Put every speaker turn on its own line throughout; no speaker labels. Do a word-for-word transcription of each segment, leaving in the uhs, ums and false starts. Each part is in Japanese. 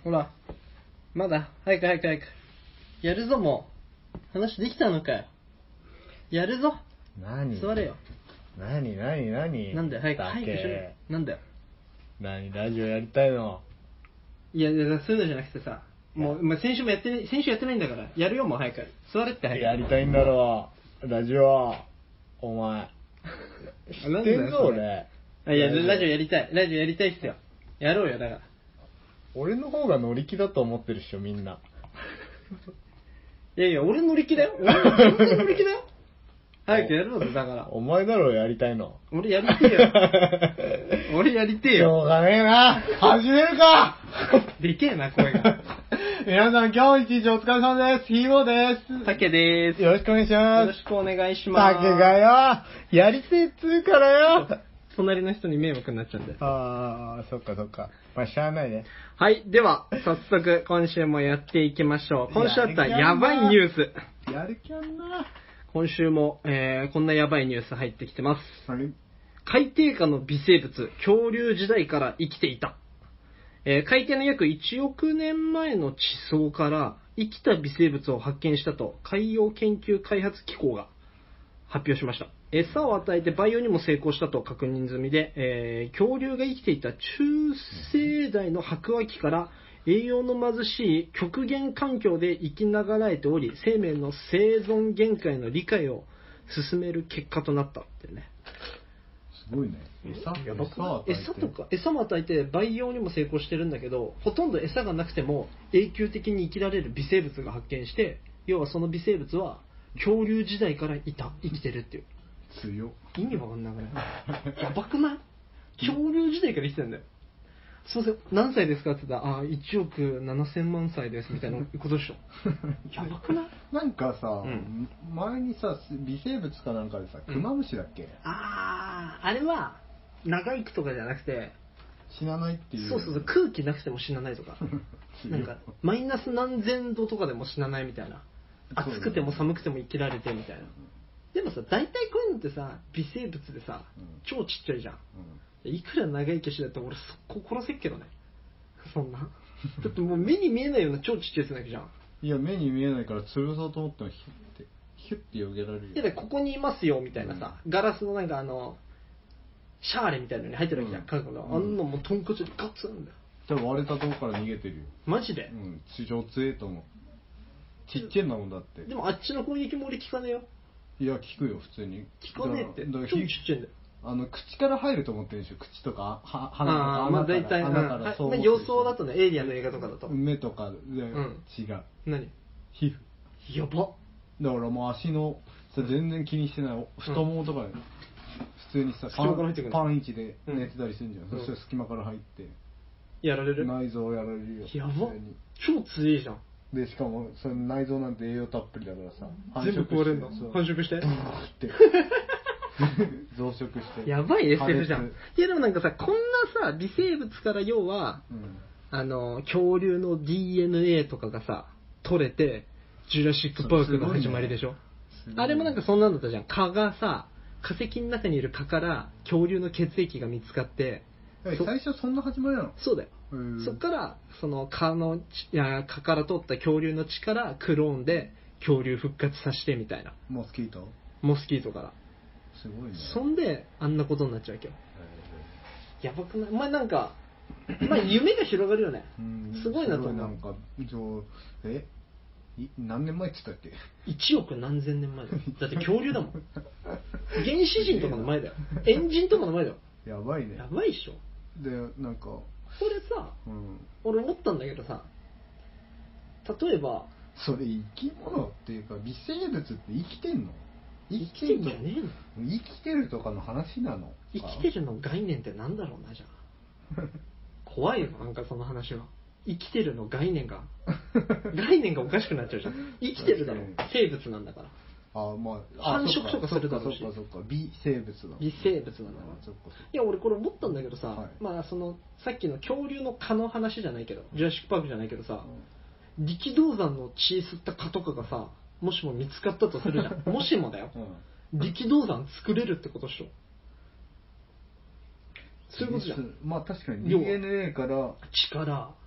ほら。まだ。早く早く早く。やるぞ、もう。話できたのかよ。やるぞ。
何
座れよ。
何何何
なんだよ、早く、早くしろよ。なんだよ。
何ラジオやりたいの？
いや、いやそういうのじゃなくてさ、もう、まあ、先週もやってない、先週やってないんだから、やるよ、もう早く。座れって早く。
やりたいんだろう。ラジオ。お前。知ってんぞ、俺。
あ、いや、ラジオやりたい。ラジオやりたいっすよ。やろうよ、だから。
俺の方が乗り気だと思ってるっしょ、みんな。
いやいや、俺乗り気だよ。俺全然乗り気だよ。早くやろうぜ、だから。
お前だろ、やりたいの。
俺やりてえよ。俺やりてえよ。
しょうがねえな。始めるか。
でけえな、声が。
皆さん、今日一日お疲れ様です。ヒーボーです。
たけでーす。
よろしくお願いします。
よろしくお願いします。
たけがよ、やりてえっつうからよ。
隣の人に迷惑になっちゃうんだよ。
あー、そっかそっか。まあ、しゃあないね。
はい、では、早速、今週もやっていきましょう。今週あったやばいニュース。
やる気あんな。
今週も、えー、こんなやばいニュース入ってきてます。
はい。
海底下の微生物、恐竜時代から生きていた。えー、海底の約いちおくねんまえの地層から生きた微生物を発見したと海洋研究開発機構が発表しました。餌を与えて培養にも成功したと確認済みで、えー、恐竜が生きていた中生代の白亜紀から栄養の貧しい極限環境で生きながらえており、生命の生存限界の理解を進める結果となったってね。
すごいね。餌
やばくない？餌とか、餌も与えて培養にも成功してるんだけど、ほとんど餌がなくても永久的に生きられる微生物が発見して、要はその微生物は恐竜時代からいた、生きてるっていう。
強。
意味わかんなくない？やばくない？恐竜時代から生きてるんだよ。すいません、何歳ですかって言ったら、あ、いちおくななせんまん歳ですみたいなことでしょ。やばくない？
なんかさ、
うん、
前にさ、微生物かなんかでさ、クマムシだっけ、うん、
あー、あれは長生きとかじゃなくて、
死なないっていう。
そうそうそう、空気なくても死なないとかなんかマイナス何千度とかでも死なないみたいな、暑くても寒くても生きられてみたいな。でもさ、大体こういうのってさ、微生物でさ、うん、超ちっちゃいじゃん、うん、いくら長生きしてだって俺そこ殺せっけどね、そんなだってもう目に見えないような超ちっちゃいやつなわけじゃん。
いや、目に見えないから潰そうと思ってもヒュッてヒュッてよげられるよ。
いや、ここにいますよみたいなさ、うん、ガラスのなんかあのシャーレみたいなのに入ってるわけじゃん、韓国の、うん、あんなもうトンカチでガツンだよ。
多分割れたとこから逃げてるよ。
マジで？
うん、地上強えと思う。ちっちゃいんだもんだって。
でもあっちの攻撃も俺効かねえよ。
いや、効くよ普通に。
効かねえって。超ちっちゃいんだよ。
あの口から入ると思ってるでしょ。口とかは鼻とか。
ああ、まあ大体穴からそう。まあ予想だとね、エイリアンの映画とかだと。
目とかで、うん、違う。
何？
皮膚。
やば。
だからもう足のさ全然気にしてない太ももとかで、うん、普通にさパンパン位置で寝てたりするんじゃん。うん、そしたら隙間から入って
やられる。
内臓やられるよ。
やば。超強いじゃん。
でしかもその内臓なんて栄養たっぷりだからさ、
全部壊れるの。繁殖して。
ブーって増殖して。
やばい エスエフ じゃん。いやでもなんかさ、こんなさ微生物から要は、うん、あの恐竜の ディーエヌエー とかがさ取れてジュラシックパークの始まりでしょ。あれもなんかそんなんだったじゃん。蚊がさ、化石の中にいる蚊から恐竜の血液が見つかって、
最初そんな始まりなの？
そうだよ。そっからその蚊のいや蚊から取った恐竜の血からクローンで恐竜復活させてみたいな。
モスキート？
モスキートから。
すごいね。
そんであんなことになっちゃうわけよ。やばくない？お前なんかまあ夢が広がるよね。すごいなと思う。
なんかえ何年前って言ったっけ？
いちおく何千年前だよ。だって恐竜だもん。原始人とかの前だよ。エンジンとかの前だよ。
やばいね。
やばいっしょ。
でなんか
これさ、うん、俺思ったんだけどさ、例えば
それ生き物っていうか微生物って生きてんの？
生きてんじゃねえの？
生きてるとかの話なの？
生きてるの概念ってなんだろうな、じゃあ怖いよなんかその話は。生きてるの概念が概念がおかしくなっちゃうじゃん。生きてるだろ、生物なんだから。
あ、まあ、
繁殖とかするだろうし。
そっかそっかそっか、微生物だ。
微生物なんだから。いや俺これ思ったんだけどさ、はい、まあそのさっきの恐竜の蚊の話じゃないけど、ジュラシックパークじゃないけどさ、うん、力道山の血吸った蚊とかがさ、もしも見つかったとするじゃん。もしもだよ。うん、力道山作れるってことでしょ。そういうことじゃん。
まあ確かに ディーエヌエー から
血から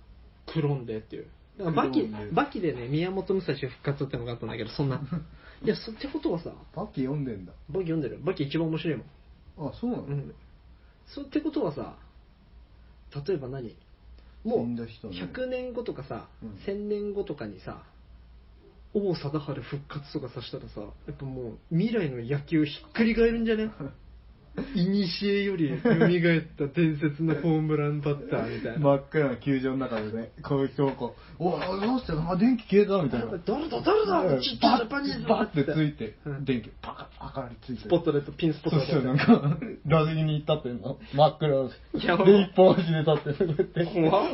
クロンでっていう。だからバキ、バキでね、宮本武蔵復活ってのがあったんだけど、そんな。いや、そってことはさ、
バキ読んでんだ。
バキ読んでる。バキ一番面白いもん。
あ、そうなの、
うん。そうってことはさ、例えば何もうひゃくねんごとかさ、うん、せんねんごとかにさ、王貞治復活とかさしたらさ、やっぱもう未来の野球ひっくり返るんじゃねいにしえより蘇った伝説のホームランバッターみたいな。
真っ暗な球場の中でね、こういう人がこう、おお、どうしてあ、電気消えたみたいな。
誰だ誰だちっちゃいジャパニーズ
バッてついて、電気パカッ、明かりついて。
スポットレット、ピンスポットレット。
そうそう、なんか、打席に行ったっていうの。真っ暗で。で、一本足で立って、こうやって。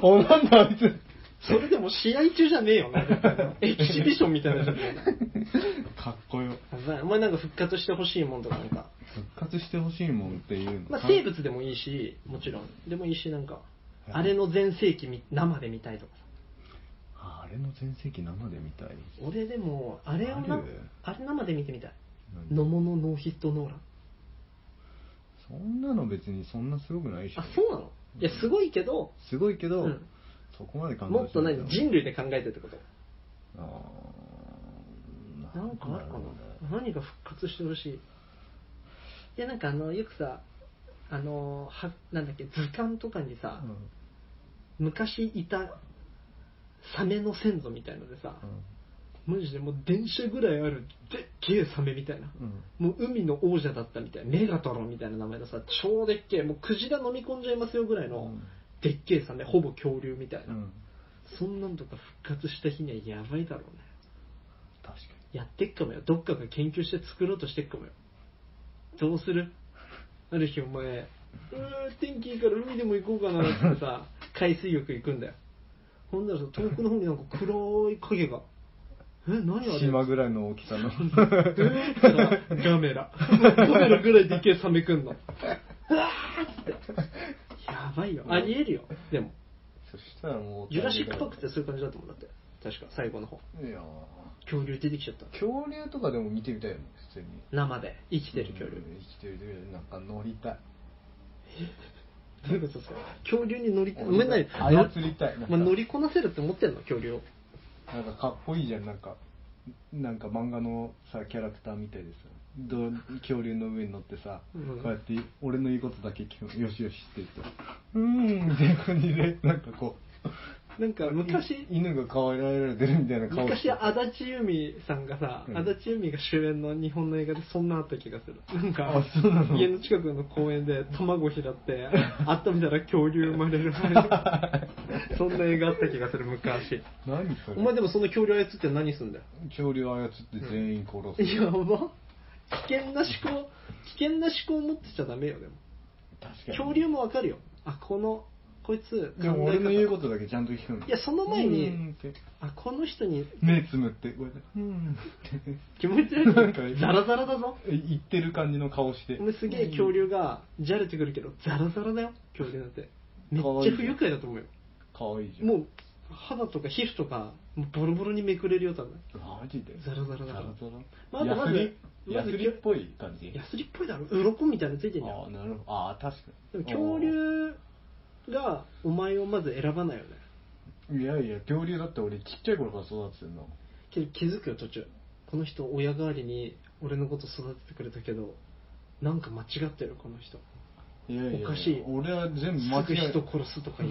お、なんだあいつ。
それでも試合中じゃねえよな。エキシビションみたいなじゃね
えな。かっこよ。
お前なんか復活してほしいもんとかなんか。
復活してほしいもんっていうの。
まあ生物でもいいし、もちろん。でもいいし、なんか、あれの全盛期生で見たいとか
さ。あれの全盛期生で見たい。
俺でも、あれをな、あれ生で見てみたい。野茂のノーヒットノーラン。
そんなの別にそんなすごくないでしょ。
あ、そうなの？いや、すごいけど、
すごいけど、うん、そこまで考えて
もっと何人類で考えてってこと？
あ
あ、なんかあるかな。何が復活してほしい。いや、なんかあのよくさ、あのはなんだっけ、図鑑とかにさ、うん、昔いたサメの先祖みたいのでさ、うん、マジでもう電車ぐらいあるでっけえサメみたいな、うん、もう海の王者だったみたいな、メガトロンみたいな名前のさ、超でっけえ、もうクジラ飲み込んじゃいますよぐらいの、うん、でっけえサメ、ほぼ恐竜みたいな、うん、そんなんとか復活した日にはやばいだろうね。
確か
にやってっかもよ。どっかが研究して作ろうとしてっかもよ。どうする？ある日お前、うー天気いいから海でも行こうかなってさ海水浴行くんだよ。ほんならさ、遠くの方になんか黒い影が、え、何あれ？
島ぐらいの大きさの
ガメラガメラぐらいでっけえサメくんのうわーってやばいよ。ありえるよ。でも
そしたらもう
ジュラシックパークってそういう感じだと思うんだって。確か最後の方。
いや
恐竜出てきちゃった。
恐竜とかでも見てみたいよね、普通に。
生で生きてる恐竜。
生きてるでなんか乗りたい。
どういうことですか？恐竜に乗り、
ごめんなさい。操りたい。
まあ、乗りこなせるって思ってんの恐竜を。
なんかかっこいいじゃん、なんかなんか漫画のさキャラクターみたいでさ、ど恐竜の上に乗ってさ、うん、こうやって俺の言うことだけよしよしって言ってうーんっていう感じでなんかこう。
なんか昔
犬が可愛がられてるみたいな顔して。
昔足立由美さんがさ、うん、足立由美が主演の日本の映画でそんなあった気がする。なんか
あ、そうなの？
家の近くの公園で卵拾って温めたら恐竜生まれるそんな映画あった気がする昔。
何それ？
お前でもその恐竜操って何すんだよ。
恐竜操って全員殺す、
うん、やば。危険な思考危険な思考を持ってちゃダメよ。でも
確かに
恐竜もわかるよ。あ、このこいつ
でも俺の言うことだけちゃんと聞くの。
いやその前にあこの人に
目つむってこうやってうんって
気持ち悪い。ザラザラだぞ。
言ってる感じの顔して。
お前すげえ恐竜がじゃれてくるけどザラザラだよ恐竜なんて。めっちゃ不愉快だと思うよ。
かわいいじゃん。
もう肌とか皮膚とかボロボロにめくれるよ多分。
マジで
ザラザラだから。
ザラザラ。
まずまず
ヤスリっぽい感じ。
ヤスリっぽいだろ。鱗みたいなのついてんじゃん。
ああなるほど。ああ確か
に。でも恐竜がお前をまず選ばないよ
ね。いやいや恐竜だって俺ちっちゃい頃から育ててるの。
けど気づくよ途中。この人親代わりに俺のこと育ててくれたけどなんか間違ってるこの人。
いやいやいや
おかしい。
俺は全部間違えて。
すぐ人殺すとか言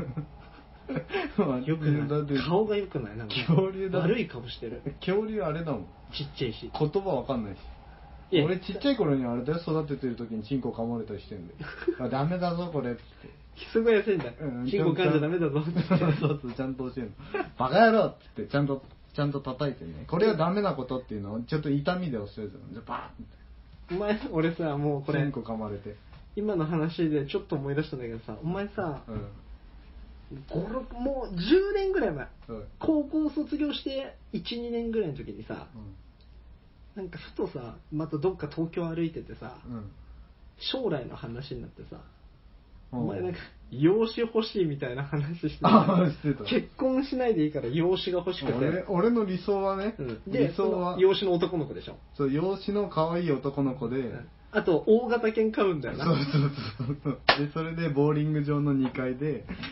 う。よくない。だって顔がよくない。なんか
恐竜だ。
悪い顔してる。
恐竜あれだもん。
ちっちゃいし。
言葉わかんないし。俺ちっちゃい頃にあれだよ、育ててる時にチンコ噛まれたりしてんであダメだぞこれって
すごい安いんだよ、うん、チンコ噛んじゃダメだぞって
そうそうちゃんと教えるのバカ野郎って言ってちゃんとちゃんと叩いてねこれはダメなことっていうのをちょっと痛みで教えてるのじゃバーンって。
お前俺さもうこれ
チンコ噛まれて
今の話でちょっと思い出したんだけどさお前さ、うん、ごろくもうじゅうねんぐらい前、うん、高校卒業していちにねんぐらいの時にさ、うんなんかふとさまたどっか東京歩いててさ、うん、将来の話になってさ、うん、お前なんか養子欲しいみたいな話してた結婚しないでいいから養子が欲しくて
俺, 俺の理想はね、
うん、で理想は養子の男の子でしょ。
そう養子の可愛い男の子で、うん、
あと大型犬飼うんだよな。
そうそうそうそうでそれでボーリング場のにかいで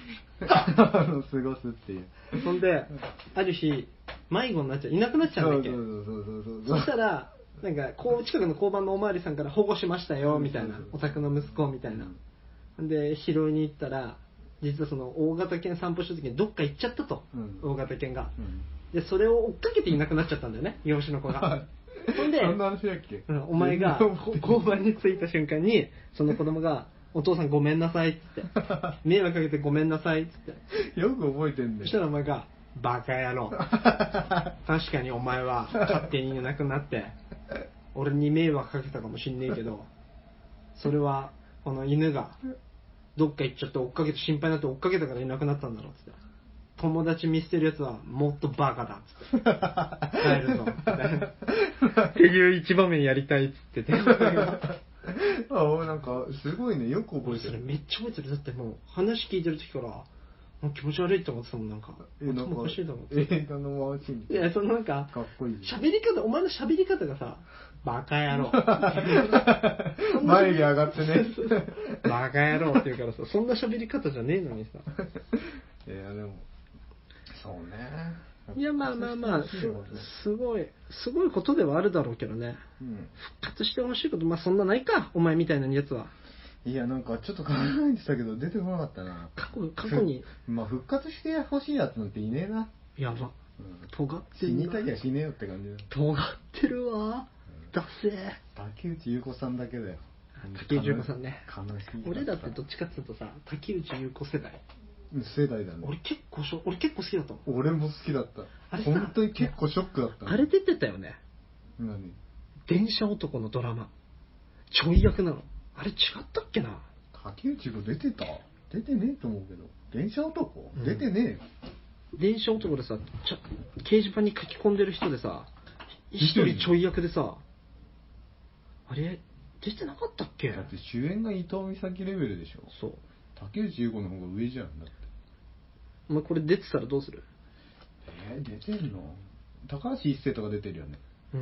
あの過ごすっていう。
そんで、ある日、迷子になっちゃう、いなくなっちゃうんだっけ。
そうそうそうそうそう
そしたら、なんか、こう、近くの交番のおまわりさんから保護しましたよ、みたいな。お宅の息子、みたいな。で、拾いに行ったら、実はその大型犬散歩した時にどっか行っちゃったと、うん、大型犬が、うん、でそれを追っかけていなくなっちゃったんだよね、養子の子が。ほんで、
そんな話だっけ、
うん、お前が交番に着いた瞬間にその子供がお父さんごめんなさいっつって迷惑かけてごめんなさいっつって
よく覚えてんね。
そしたらお前がバカ野郎確かにお前は勝手にいなくなって俺に迷惑かけたかもしんねえけどそれはこの犬がどっか行っちゃって追っかけて心配になって追っかけたからいなくなったんだろうっつって、友達見捨てるやつはもっとバカだっつって帰るぞっていう一場面やりたいっつってて
あ、なんかすごいね、よく覚えてる。
それめっちゃ覚えてる。だってもう話聞いてる時からもう気持ち悪いと思ってたもん。なんか頭おかしいと思って、
映画の回しみたい
な。いやそのなんか
かっこいい
喋り方、お前の喋り方がさバカ野郎
眉毛上がってね
バカ野郎って言うからさ、そんな喋り方じゃねえのにさ
いやでもそうね。
いやまあまあまあ す, すごいすごいことではあるだろうけどね、うん、復活してほしいことまあそんなないか、お前みたいなやつは。
いやなんかちょっと考えてたけど出てこなかったな。
過去過去に
まあ復活してほしいやつなんていねえな。
やば、うん、尖ってる。
死にたきゃ死ねえよって感じだ。
尖ってるわ。だせえ。
竹内優子さんだけだよ。
竹内優子さんね。
悲しい。
俺だってどっちかっていうとさ、竹内優子世代。
世代だね。
俺結構しょ俺結構好きだったもん。
俺も好きだった。あれ本当に結構ショックだった、ね。
あれ出てたよね。
何？
電車男のドラマ。ちょい役なの。あれ違ったっけな。
竹内優子出てた？出てねえと思うけど。電車男？うん、出てね
え。電車男でさ、ちゃ掲示板に書き込んでる人でさ、一人ちょい役でさ、あれ出てなかったっけ？
だって主演が伊藤美咲レベルでしょ。
そう。
竹内優子の方が上じゃんだって。
お前これ出てたらどうする？
えー、出てんの？高橋一生とか出てるよね。うん。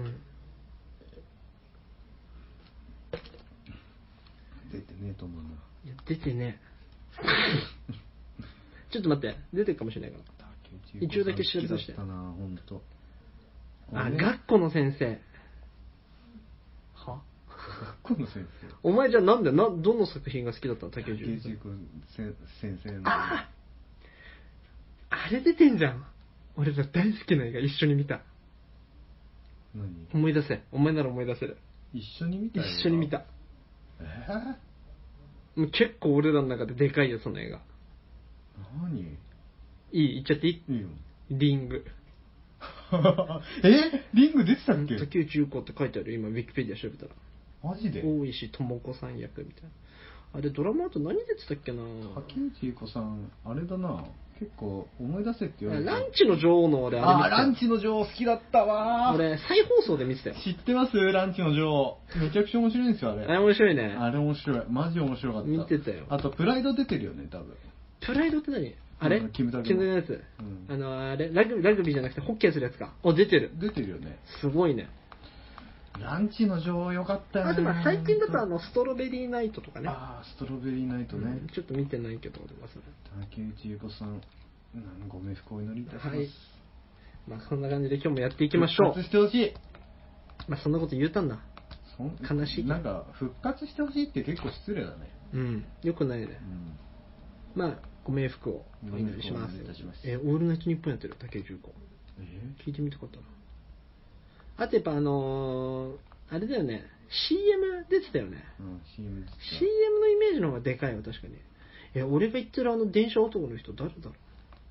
出てねえと思うな。
いや出てねえ。ちょっと待って、出てるかもしれないから。一応だけ調べさせて。
好きだったな、本当。
あ、学校の先生。は？
学校の先生。
お前じゃあなんでなどの作品が好きだったの？竹内
先生の。
ああ。あれ出てんじゃん。俺ら大好きな映画一緒に見た。
何？
思い出せ。お前なら思い出せる。
一緒に見た。
一緒に見た。
え
ー、もう結構俺らの中ででかいよその映画。
何？
いい？言っちゃっていい？
いいよ。
リング。
え？リング出てたっけ？
竹内優子って書いてあるよ今ウィキペディア調べたら。
マジで？
大石智子さん役みたいな。あれドラマあと何出てたっけな。
竹内優子さんあれだな、結構思い出せって言われて。
ランチの女王の俺
あれ見てた。あ、ランチの女王好きだったわ。
俺再放送で見てたよ。
知ってます？ランチの女王めちゃくちゃ面白いんですよあれ。
あれ面白いね。
あれ面白い、マジ面白かった。
見てたよ。
あとプライド出てるよね多分。
プライドって何？あれ？キムタクのやつ、うん、あのあれラグラグビーじゃなくてホッケーするやつか。お出てる。
出てるよね。
すごいね。
ランチの女王よかったよね。
あとまあ最近だとあのストロベリーナイトとかね。
ああストロベリーナイトね、うん、
ちょっと見てないけど俺はそれ。
竹内優子さんご冥福をお祈りいたします。はい。
まあそんな感じで今日もやっていきましょう。
復活してほしい。
まあそんなこと言うたんだ。悲しい。
なんか復活してほしいって結構失礼だね。
うん。よくないね。うん、まあご冥福をお祈りします。えー、オールナイトニッポンやってる竹内優子。えー、聞いてみたかったな。あとやっぱあのー、あれだよね シーエム 出てたよね、
うん、シーエム 出てた。
シーエム のイメージの方がでかいわ確かに。え俺が言ってるあの電車男の人誰だろう、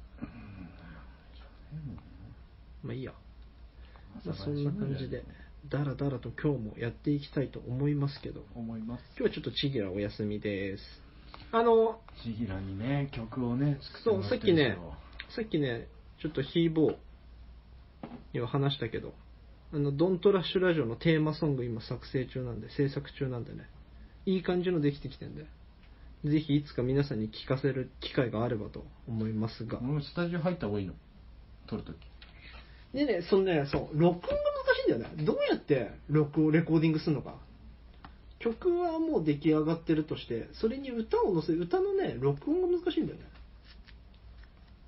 うん、まあいいや、まあ、そんな感じでだらだらと今日もやっていきたいと思いますけど、
思います。
今日はちょっとチギラお休みです。あの
チギラにね曲をね
作ってもらってるんですよ。そうさっきねさっきねちょっとヒーボーには話したけど、あのドントラッシュラジオのテーマソング今作成中なんで制作中なんでね、いい感じのできてきてんで、ぜひいつか皆さんに聞かせる機会があればと思いますが。
もうスタジオ入った方がいいの？撮るとき。
でね、そのね、そう、録音が難しいんだよね。どうやって録音レコーディングするのか。曲はもう出来上がってるとして、それに歌を載せ、歌のね録音が難しいんだよね。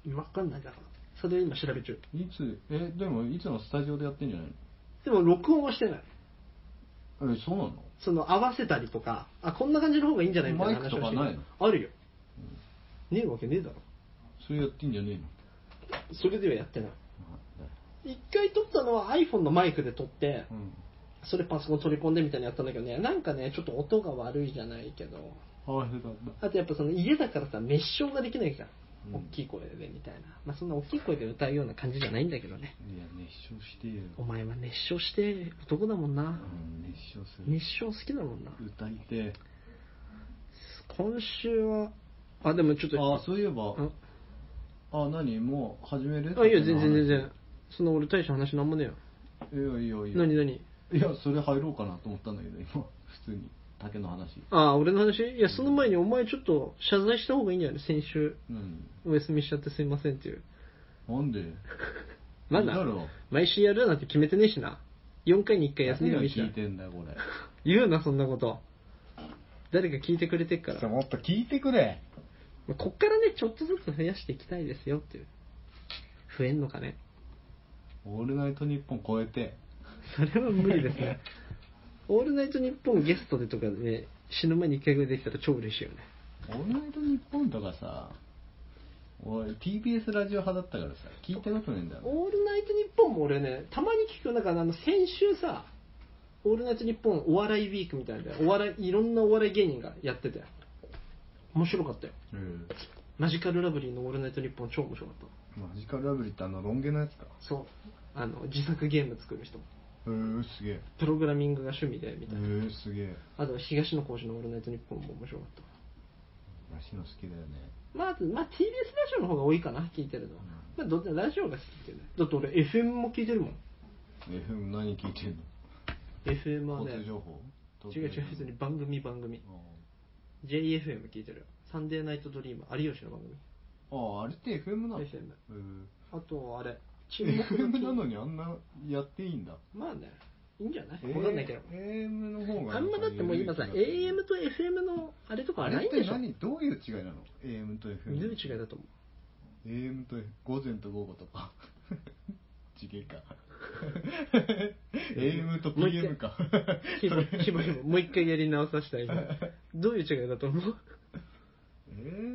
わかんないだから。それ今調べ中。
いつ、え、でもいつもスタジオでやってんじゃない
でも録音はしてない。
の？え、そうなの？
その合わせたりとか、あ、こんな感じの方がいいんじゃないみたいな話をしてる。
マイクとかないの？
あるよ。うん、ねえわけねえだろ。
それやってんじゃねえの？
それではやってない。一回撮ったのは iPhone のマイクで撮って、うん、それパソコン取り込んでみたいなやったんだけどね、なんかね、ちょっと音が悪いじゃないけど、あとやっぱその家だからさ、熱唱ができないから、うん、大きい声でみたいな。まあそんな大きい声で歌うような感じじゃないんだけどね。
いや、熱唱してよ。
お前は熱唱して男だもんな。うん、
熱唱する。
熱唱好きだもんな。
歌いて。
今週は、あ、でもちょっと。
あ、そういえば、あ、何もう始める？
あ、いや、全然全然。その俺大した話なんもね
えよ。いやいやいや。
何何？
いや、それ入ろうかなと思ったんだけど、今、普通に。竹の話。
ああ、俺の話？いや、その前にお前ちょっと謝罪した方がいいんじゃない先週。うん。お休みしちゃってすいませんっていう。
なんで？
まだ毎週やるなんて決めてねえしな。よんかいにいっかい休みでもいいしな。
聞いてんだよ、これ。
言うな、そんなこと。誰か聞いてくれてっから。
もっと聞いてくれ。
こっからね、ちょっとずつ増やしていきたいですよっていう。増えんのかね。
オールナイトニッポン超えて。
それは無理ですね。オールナイトニッポンゲストでとかね、死ぬ前にいっかいぐらいできたら超嬉しいよね。
オールナイトニッポンとかさ、俺 ティービーエス ラジオ派だったからさ、聞いたことないんだよ、ね。
オールナイトニッポンも俺ね、たまに聞くよ。なんかあの先週さ、オールナイトニッポンお笑いウィークみたいなお笑い、いろんなお笑い芸人がやってて、面白かったよ。うん、マジカルラブリーのオールナイトニッポン超面白かった。
マジカルラブリーってあのロン毛のやつか。
そう。あの自作ゲーム作る人。
へー、すげえ。
プログラミングが趣味でみたいな。
へー、すげえ。
あと東野幸治のオールナイトニッポンも面白かった。
東野好きだよね。
まず、まあ、ティービーエス ラジオの方が多いかな、聞いてるのは。うん、まあ、どっちラジオが好きってね。だって俺 エフエム も聞いてるもん。
エフエム 何聞いてんの？
エフエム はね、
交通情報？
違う違う、別に番組番組。ジェイエフエム 聞いてるよ。サンデーナイトドリーム、有吉の番組。
ああ、あれって エフエム なの？
エフエム。あと、あれ、
エフエム なのにあんなやっていいんだ。
まあね、いいんじゃない？わかんないけど。
エーエム の方が
あんまだってもう今さ、エーエム と エフエム のあれとかはないんでしょ？
あれって何？どういう違いなの？ エーエム と エフエム。
どういう違いだと思う？
エーエム と午前と午後とか。違えか。エーエム と ピーエム か。
ひぼひぼ、もう一回やり直させたい。どういう違いだと思う？
え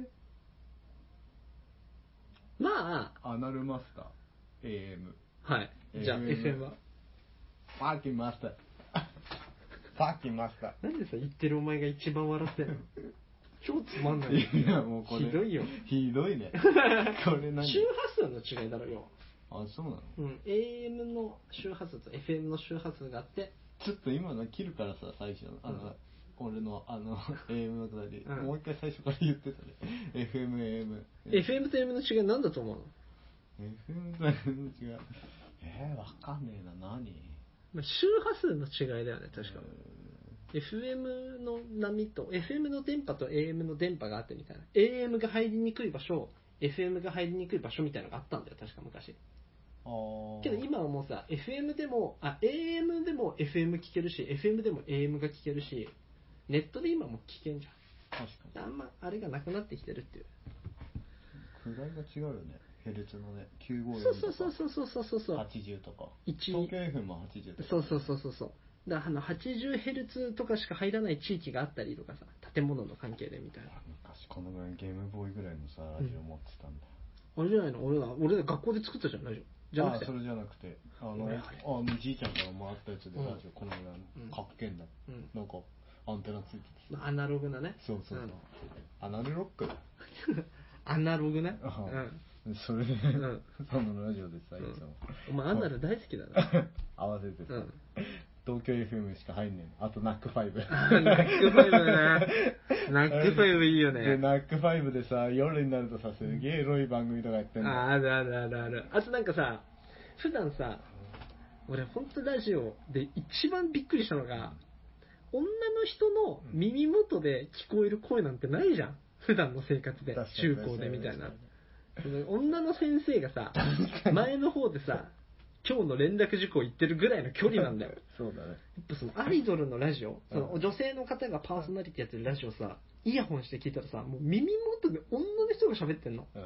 ー、ま
あ、アナルマスター、エーエム。
はい。じゃあ エフエム は
ファーキンマスター。ファーキンマスター。
なんでさ、言ってるお前が一番笑ってんの？超つまんない。
いや、もうこれ。
ひどいよ。
ひどいね。これ何？
周波数の違いだろよ。
あ、そうなの？
うん。エーエム の周波数と エフエム の周波数があって。
ちょっと今の切るからさ、最初の。あの、うん、俺のあの エーエム のくだり、うん、もう一回最初から言ってたね。エフエム、エーエム。
エフエム と エーエム の違いなんだと思うの？
エフエム と エフエム の違い。えー、わかんねえな、何？
まあ、周波数の違いだよね、確か。エフエム の波と、エフエム の電波と エーエム の電波があってみたいな。エーエム が入りにくい場所、エフエム が入りにくい場所みたいなのがあったんだよ、確か昔。あけど今はもうさ、エフエム でも、あ、エーエム でも エフエム 聞けるし、エフエム でも エーエム が聞けるし、ネットで今も聞けんじゃん。確かに。あんま、あれがなくなってきてるっていう。
位が違うよね。ヘルツのね、きゅうごよんとか。
そうそうそうそうそうそう。
はちじゅうとか。東京 エフエム もはちじゅうとか。
そうそうそうそうそう。だからあの はちじゅうヘルツ とかしか入らない地域があったりとかさ、建物の関係でみたいな。
昔このぐらいゲームボーイぐらいのさ、ラジオ持ってたんだよ。
うん、あれじゃないの？俺ら、俺ら学校で作ったじゃん、ラジオ。じゃなくて。
あ、それじゃなくて、あの、あのじいちゃんからもらったやつでラジオ、このぐらいの、かっけんだ。うん、なんか、アンテナついてて。
アナログなね。
そうそうそう。うん、アナロック
アナログね。
うん。それで、うん、そのラジオでさ、いつも。
お前アナル大好きだな。
合わせてさ。うん、東京 エフエム しか入んねん。あとナックファイブ。
ナックファイブだね。ナックファイブいいよね。
で、ナックファイブでさ、夜になるとさ、すげえエロい番組とかやってんの。
あるあるあるある。あとなんかさ、普段さ、俺ほんとラジオで一番びっくりしたのが、女の人の耳元で聞こえる声なんてないじゃん。普段の生活で、中高でみたいな。女の先生がさ、前の方でさ、今日の連絡事項言ってるぐらいの距離なんだよ。
そうだね。や
っぱそのアイドルのラジオ、その女性の方がパーソナリティやってるラジオさ、イヤホンして聞いたらさ、もう耳元で女の人が喋ってんの。うん、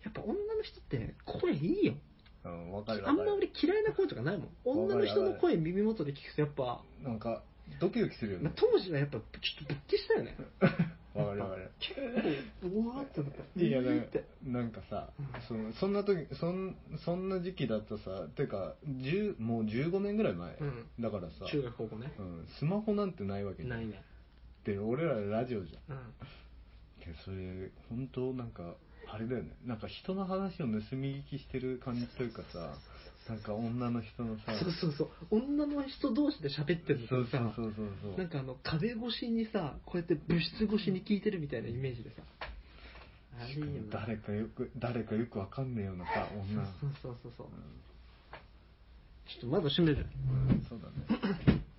やっぱ女の人って声いいよ。
うん、わかるわかる。
あんま俺嫌いな声とかないもん。女の人の声耳元で聞くとやっぱ、
なんか、ドキドキするよね。
まあ、当時はやっぱちょっとぶっ消したよね。
わかるわかる。
結構、うわーってなった。
いや、
うーって
なんかさ、そのそんな時、そんそんな時期だとさ、てか、じゅうもうじゅうごねんぐらい前、
うん、
だからさ、
中学高校ね、
うん、スマホなんてないわけじゃん。
ないね。
で、俺らラジオじゃん。
うん。
けどそれ、本当なんか、あれだよね。なんか人の話を盗み聞きしてる感じというかさ、なんか女の人のさ、
そうそうそう、女の人同士で喋ってるの
そう
とさ、
そうそうそう。
なんかあの壁越しにさ、こうやって物質越しに聞いてるみたいなイメージでさ、あれいいよね。
誰かよく、誰かよくわかんねえようなさ、女。
そうそうそうそう。うん、ちょっと窓閉める。
うん、そうだね。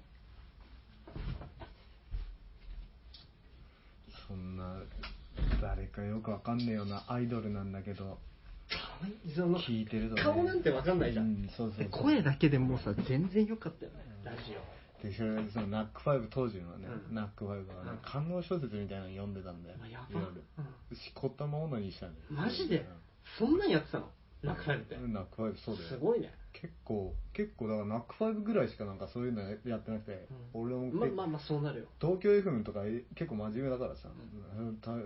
そんな、誰かよくわかんねえようなアイドルなんだけど、
その
聞いてるとね、
顔なんてわかんないじゃん、
うん、そうそうそう、
声だけでもうさ全然良かったよね、うん、ラジオ
でそれそのナックファイブ当時のね、うん、ナックファイブはね、
うん、
官能小説みたいなの読んでたんだよ、
やば、
いろいろ、しこったままにしたね。
マジで、うん、そんなんやってたのナックファイブって。
ナックファイブそうだよ。
すごいね。
結構結構だからナックファイブぐらいしかなんかそういうのやってなくて、うん、俺も
まあまあまあそうなるよ。
東京 エフエム とか結構真面目だからさ、うん、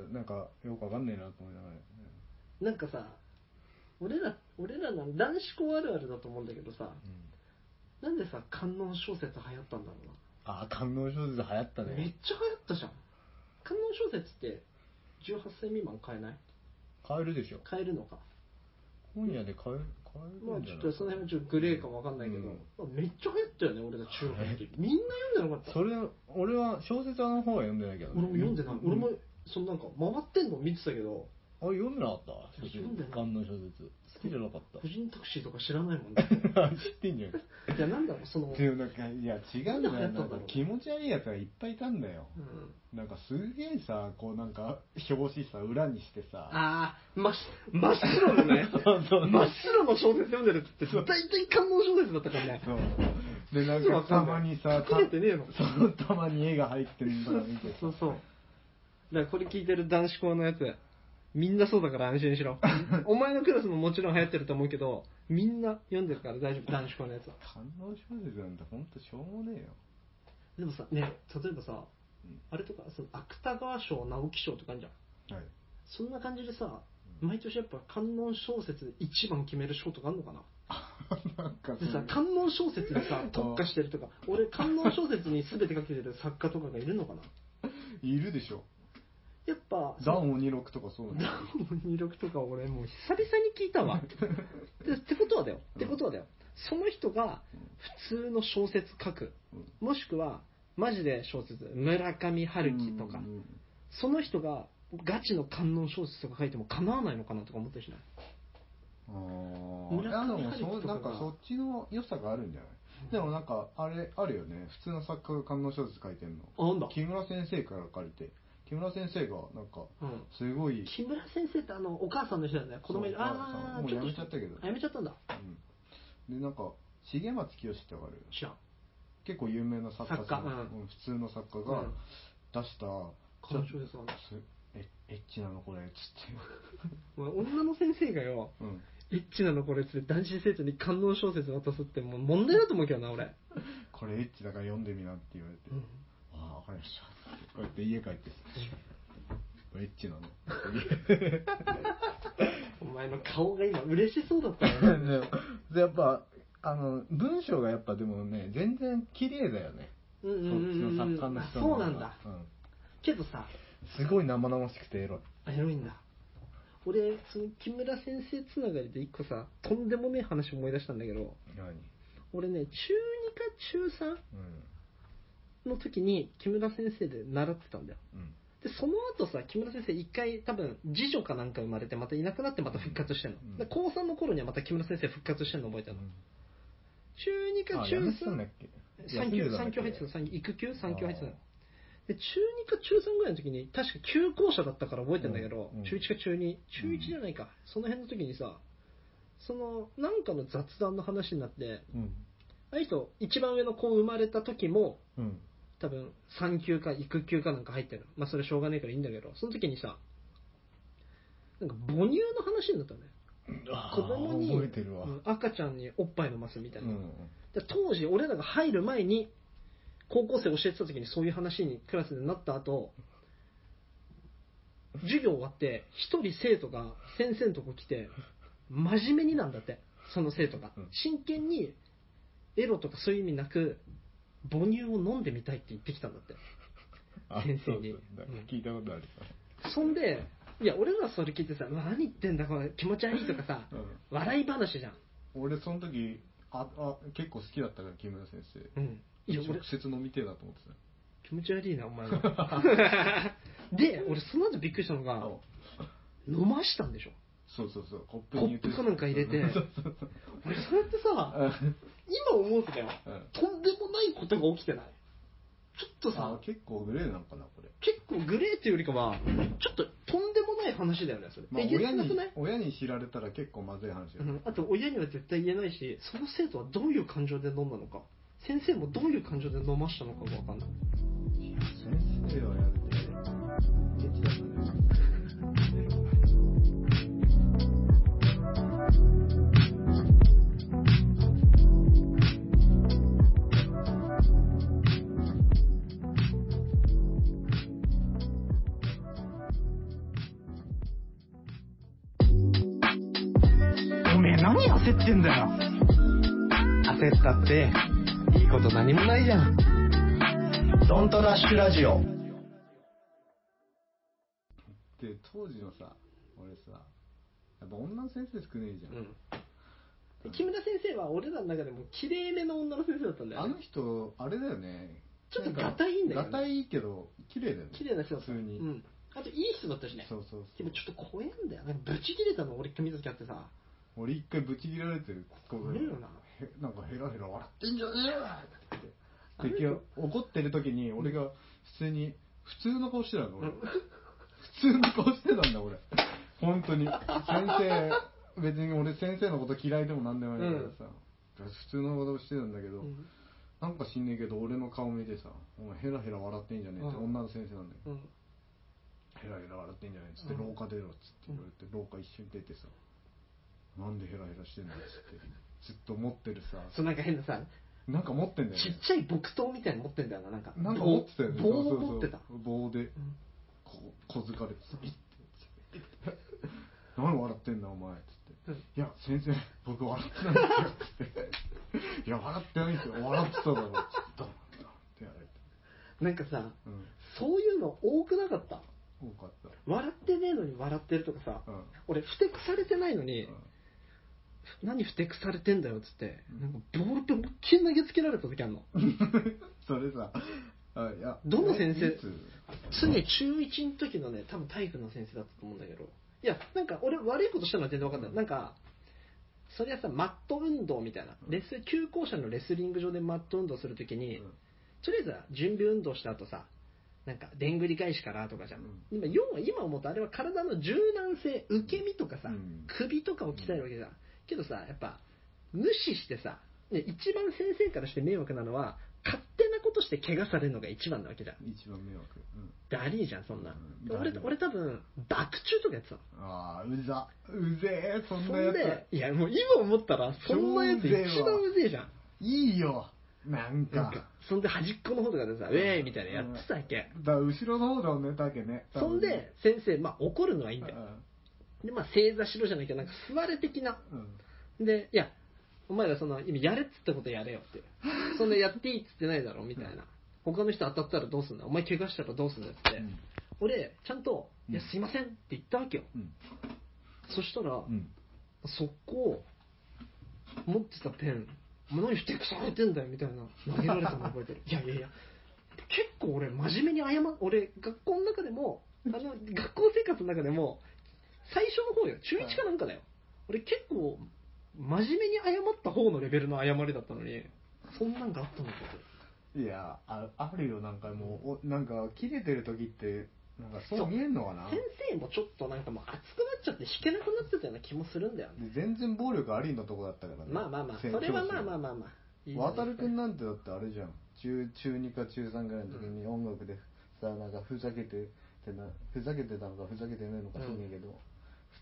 なんかよくわかんねえなと思いながら、ね、
なんかさ、俺ら俺らの男子校あるあるだと思うんだけどさ、うん、なんでさ観音小説流行ったんだろうな。
ああ、観音小説流行ったね。
めっちゃ流行ったじゃん。観音小説ってじゅうはっさい未満買えない？
買えるでしょ。
買えるのか。
本屋で買える買えるんじゃない？
まあちょっとその辺もちょっとグレーかもわかんないけど、うん、めっちゃ流行ったよね俺ら中学の時。みんな読んでなかった？
それ俺は小説の方は読んでないけど、ね、
俺も読んでない。俺もそのなんか回ってんの見てたけど。
あ、読んでなかった？
読んでない。
観音小説好きじゃなかった。
婦人タクシーとか知らないもんね。
知ってんじゃん。
いやなんだろうその。
っていうなんかいや違うんだよ。なんか気持ち悪いやつがいっぱいいたんだよ。うん、なんかすげえさこうなんか表紙さ裏にしてさ。
ああ真っ真っ白のね。そうそうそう真っ白の小説読んでるって大体観音小説だったからね。そう。
でなんかたまにさ
隠れてねえの。
そうたまに絵が入ってるんだから見て。
そうそう。だからこれ聞いてる男子校のやつ。みんなそうだから安心しろ。お前のクラスももちろん流行ってると思うけど、みんな読んでるから大丈夫、男子校のやつは。
観音小説なんてほんとしょうもねえよ。
でもさ、ね、例えばさ、うん、あれとか、その芥川賞、直木賞とかあるじゃん。はい。そんな感じでさ、毎年やっぱ観音小説一番決める賞とかあるのかな？なんかでさ、観音小説にさ、特化してるとか、俺観音小説に全てかけてる作家とかがいるのかな？
いるでしょ。やっぱダン鬼六とかそうだね。
ダン鬼六とか俺もう久々に聞いたわ。でってことはだよ。ってことはだよ。その人が普通の小説書く、もしくはマジで小説、村上春樹とか、その人がガチの観音小説とか書いても構わないのかなとか思ったりしない？
ああ。村上春樹とかなんかそっちの良さがあるんじゃない？でもなんかあれあるよね。普通の作家が観音小説書いてんの。
あ、なんだ。
木村先生から借りて。木村先生がなんかすごい、うん、
木村先生ってあのお母さんの人だね。子供いる。
ああもうやめちゃったけど。
やめちゃったんだ。
うん、でなんか重松清ってわかる？
知らん。
結構有名な作家さん、
うん
普通の作家が出した、うん、
観音小説はね。
えエッチなのこれっつって
女の先生がよ、うん、エッチなのこれっつって男子生徒に観音小説渡すってもう問題だと思うけどな俺。
これエッチだから読んでみなって言われて、うん、ああ、わかりました。こうやって家帰って、エッチなの。
お前の顔が今嬉しそうだったよね。
でやっぱあの文章がやっぱでもね全然綺麗だよね。
うんうんうんうん。そっちの作家の人の。そうなんだ。うん、けどさ、
すごい生々しくてエロい。
エロいんだ。俺その木村先生つながりで一個さとんでもねえ話思い出したんだけど。何？俺ね中にか中さん。うん。の時に木村先生で習ってたんだよ、うん、でその後さ木村先生一回多分次女かなんか生まれてまたいなくなってまた復活してんの、うん、で高さんの頃にはまた木村先生復活してんの覚えてるの、うん、中にか中さん産休産休入ってた育休産休入ってたので中にか中さんぐらいの時に確か休校舎だったから覚えてんだけど、うん、中いちか中に中いちじゃないか、その辺の時にさそのなんかの雑談の話になって、うん、あの人一番上の子生まれた時も、うん多分産休か育休かなんか入ってる。まあそれしょうがないからいいんだけど、その時にさ、 なんか母乳の話になったんだよ。子供に
覚えてるわ、
赤ちゃんにおっぱい飲ますみたいな、
うん、
で当時俺らが入る前に高校生教えてた時にそういう話にクラスでなった後、授業終わって一人生徒が先生のとこ来て真面目になんだって、その生徒が真剣にエロとかそういう意味なく母乳を飲んでみたいって言ってきたんだって、先生に。
聞いたことある
さ。そんでいや俺らそれ聞いてさ、何言ってんだこれ気持ち悪いとかさ、うん、笑い話じゃん。
俺その時ああ結構好きだったから木村先生、うん、いや直接飲みてえなと思ってた。
気持ち悪いなお前は。で俺その後びっくりしたのが飲ましたんでしょ。
そうそうそう、コッ
プにコップかなんか入れて俺それってさ今思うとだよ、うん、とんでもないことが起きてない？ちょっとさ、
結構グレーなのかなこれ。
結構グレーっていうよりかはちょっととんでもない話だよねそれ、まあ、
親に親に知られたら結構まずい話だよね、
うん、あと親には絶対言えないし、その生徒はどういう感情で飲んだのか、先生もどういう感情で飲ましたのかが分かんない。
いや先生はやってエッチだったね。
おめえ何焦ってんだよ。焦ったっていいこと何もないじゃん。ドントラッシュラジオ
で当時のさ、俺さやっぱ女の先生少ねえじゃん、
うん、木村先生は俺らの中でも綺麗めの女の先生だったんだよね。
あの人あれだよね、
ちょっとガタいいんだよね。
ガタいいけど綺麗だよね。
綺麗な人だった
普通に、
うん、あといい人だったしね。
そうそうそう。
でもちょっと怖いんだよね。ブチ切れたの俺見た時あってさ、
俺一回ブチ切られてる。
怖いよな。
なんかヘラヘラ笑ってんじゃねえよって敵が怒ってる時に俺が普通に普通の顔してたの俺、うん、普通の顔してたんだ俺本当に。先生別に俺先生のこと嫌いでもなんでもないからさ、うん、普通のことしてたんだけど、うん、なんか知んねえけど俺の顔見てさ、お前ヘラヘラ笑ってんじゃねえって、うん、女の先生なんだよ、うん、ヘラヘラ笑ってんじゃねえっつって、廊下出ろっつって言われて、廊下一緒に出てさ、なんでヘラヘラしてんだっつってずっと持ってるさ、
そうなんか変なさ、
なんか持ってんだよね。
ちっちゃい木刀みたいに持ってんだよな、なんか。
なんか持ってたよね。
棒を持ってた。
棒で、こう、小づかれてさ、いって、何笑ってんだお前っつって、うん、いや、先生、僕笑ってないんですよっつって、いや、笑ってないんですよ、笑ってただろ、つって、ってやられて。
なんかさ、うん、そういうの多くなかった？
多かった。
笑ってねえのに笑ってるとかさ、うん、俺、ふてくされてないのに、うん、何ふてくされてんだよっつって、うん、なんかボールペン思いっきり投げつけられた時あんの。
それさ、あいや
どの先生、常に中いちの時のね、多分体育の先生だったと思うんだけど、いやなんか俺悪いことしたのは全然分かんない、うん、なんかそれはさマット運動みたいな、レス旧校舎のレスリング場でマット運動するときに、うん、とりあえずは準備運動した後さ、なんかでんぐり返しからとかじゃん、うん、今要は今思うとあれは体の柔軟性、受け身とかさ、うん、首とかを鍛えるわけじゃん、けどさやっぱ無視してさ、ね、一番先生からして迷惑なのは勝手なことして怪我されるのが一番なわけじゃん。
一番迷惑、うん、
ダリーじゃんそんな、うん、俺, 俺多分バク宙とかやってたの。
ああうざうぜえそんなやつ。
そんでいやもう今思ったらそんなやつ一番うぜえじゃん。
いいよなんか、
なんかそんで端っこの方とかでさ、ウェーイみたいなやってたわけ、
うん、だから後ろの方だもんねだけね。
そんで先生まあ怒るのはいいんだよ、うん、でまあ正座しろじゃなきゃなんか座れ的な、うん、でいやお前らその今やれっつったことやれよってそんでやっていいっつってないだろみたいな、うん、他の人当たったらどうすんだお前怪我したらどうすんだっつって、うん、俺ちゃんといやすいませんって言ったわけよ、うん、そしたら、うん、速攻持ってたペンお前何ふてくされてんだよみたいな投げられたの覚えてる。いやいやいや結構俺真面目に謝っ俺学校の中でもあの学校生活の中でも最初の方よ中いちかなんかだよ、俺結構真面目に謝った方のレベルの謝りだったのにそんなんがあったのか
と。いや あ, あるよなんかもうなんか切れてる時ってなんかそう見えんのかな。
先生もちょっとなんかもう熱くなっちゃって弾けなくなってたような気もするんだよね。
全然暴力ありのとこだったからね。
まあまあまあそれはまあまあまあまあ
渡るくんなんてだってあれじゃん、中中にか中さんぐらいの時に音楽でさ、なんかふざけててなふざけてたのかふざけてないのか知んねえけど、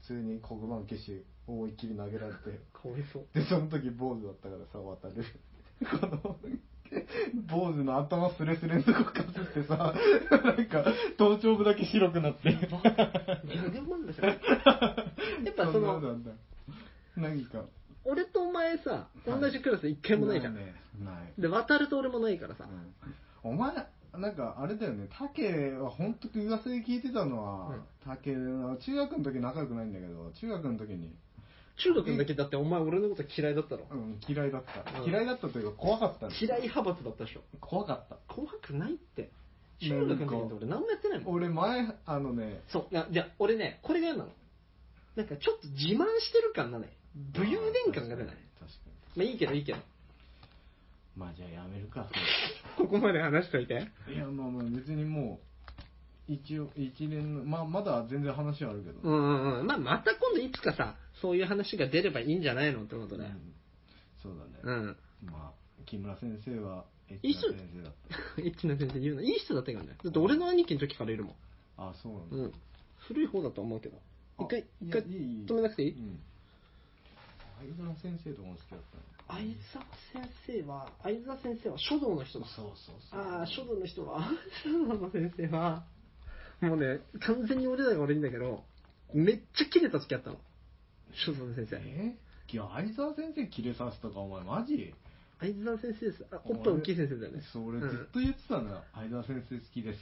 普通に黒板消し思いっきり投げられて、
かわいそう。
でその時坊主だったからさ、渡るこの坊主の頭スレスレのとこかすってさ、なんか頭頂部だけ白くなってギャ
グ漫画じゃん。やっぱその
なんだ何か
俺とお前さ、同じクラス一回もないじゃん。
ないね、ない。
で、渡ると俺もないからさ。
うん、お前、なんかあれだよね、タケは本当に噂で聞いてたのは、タケ、中学の時仲良くないんだけど、中学の時に。
中学の時だってお前俺のこと嫌いだったろ。
うん、嫌いだった。
うん、
嫌いだったというか怖かった
嫌い派閥だったでしょ。
怖かった。
怖くないって。中学の時って俺何もやってないもん。
俺前、あのね。
そう、いや、いや俺ね、これが嫌なの。なんかちょっと自慢してる感がね、武勇伝感が出ない。
確かに。
まあいいけどいいけど。
まあじゃあやめるか。
ここまで話しといて。
いやまあまあ別にもう一応一年のまあまだ全然話はあるけど。
うんうんうん。まあまた今度いつかさそういう話が出ればいいんじゃないのってことで。うん、
そうだね。
うん。
まあ木村先生はエッチな先生だった。
エッチな先生言うのいい人だったよね。だって俺の兄貴の時からいるもん。
あそうなんだ。
うん。古い方だと思うけど。一回一回止めなくていい？うん。
相沢先生とかも好きだったね。
相沢先生は、相沢先生は書道の人だ。
そうそうそう。
ああ、書道の人は、書道の先生は、もうね、完全に俺らが悪いんだけど、めっちゃキレた時あったの。書道の先生。
えー、いや、相沢先生キレさせたか、お前、マジ？
相沢先生です。あ、おっぱい大きい先生だよね。
そう、俺ずっと言ってたんだよ。うん、相沢先生好きですって。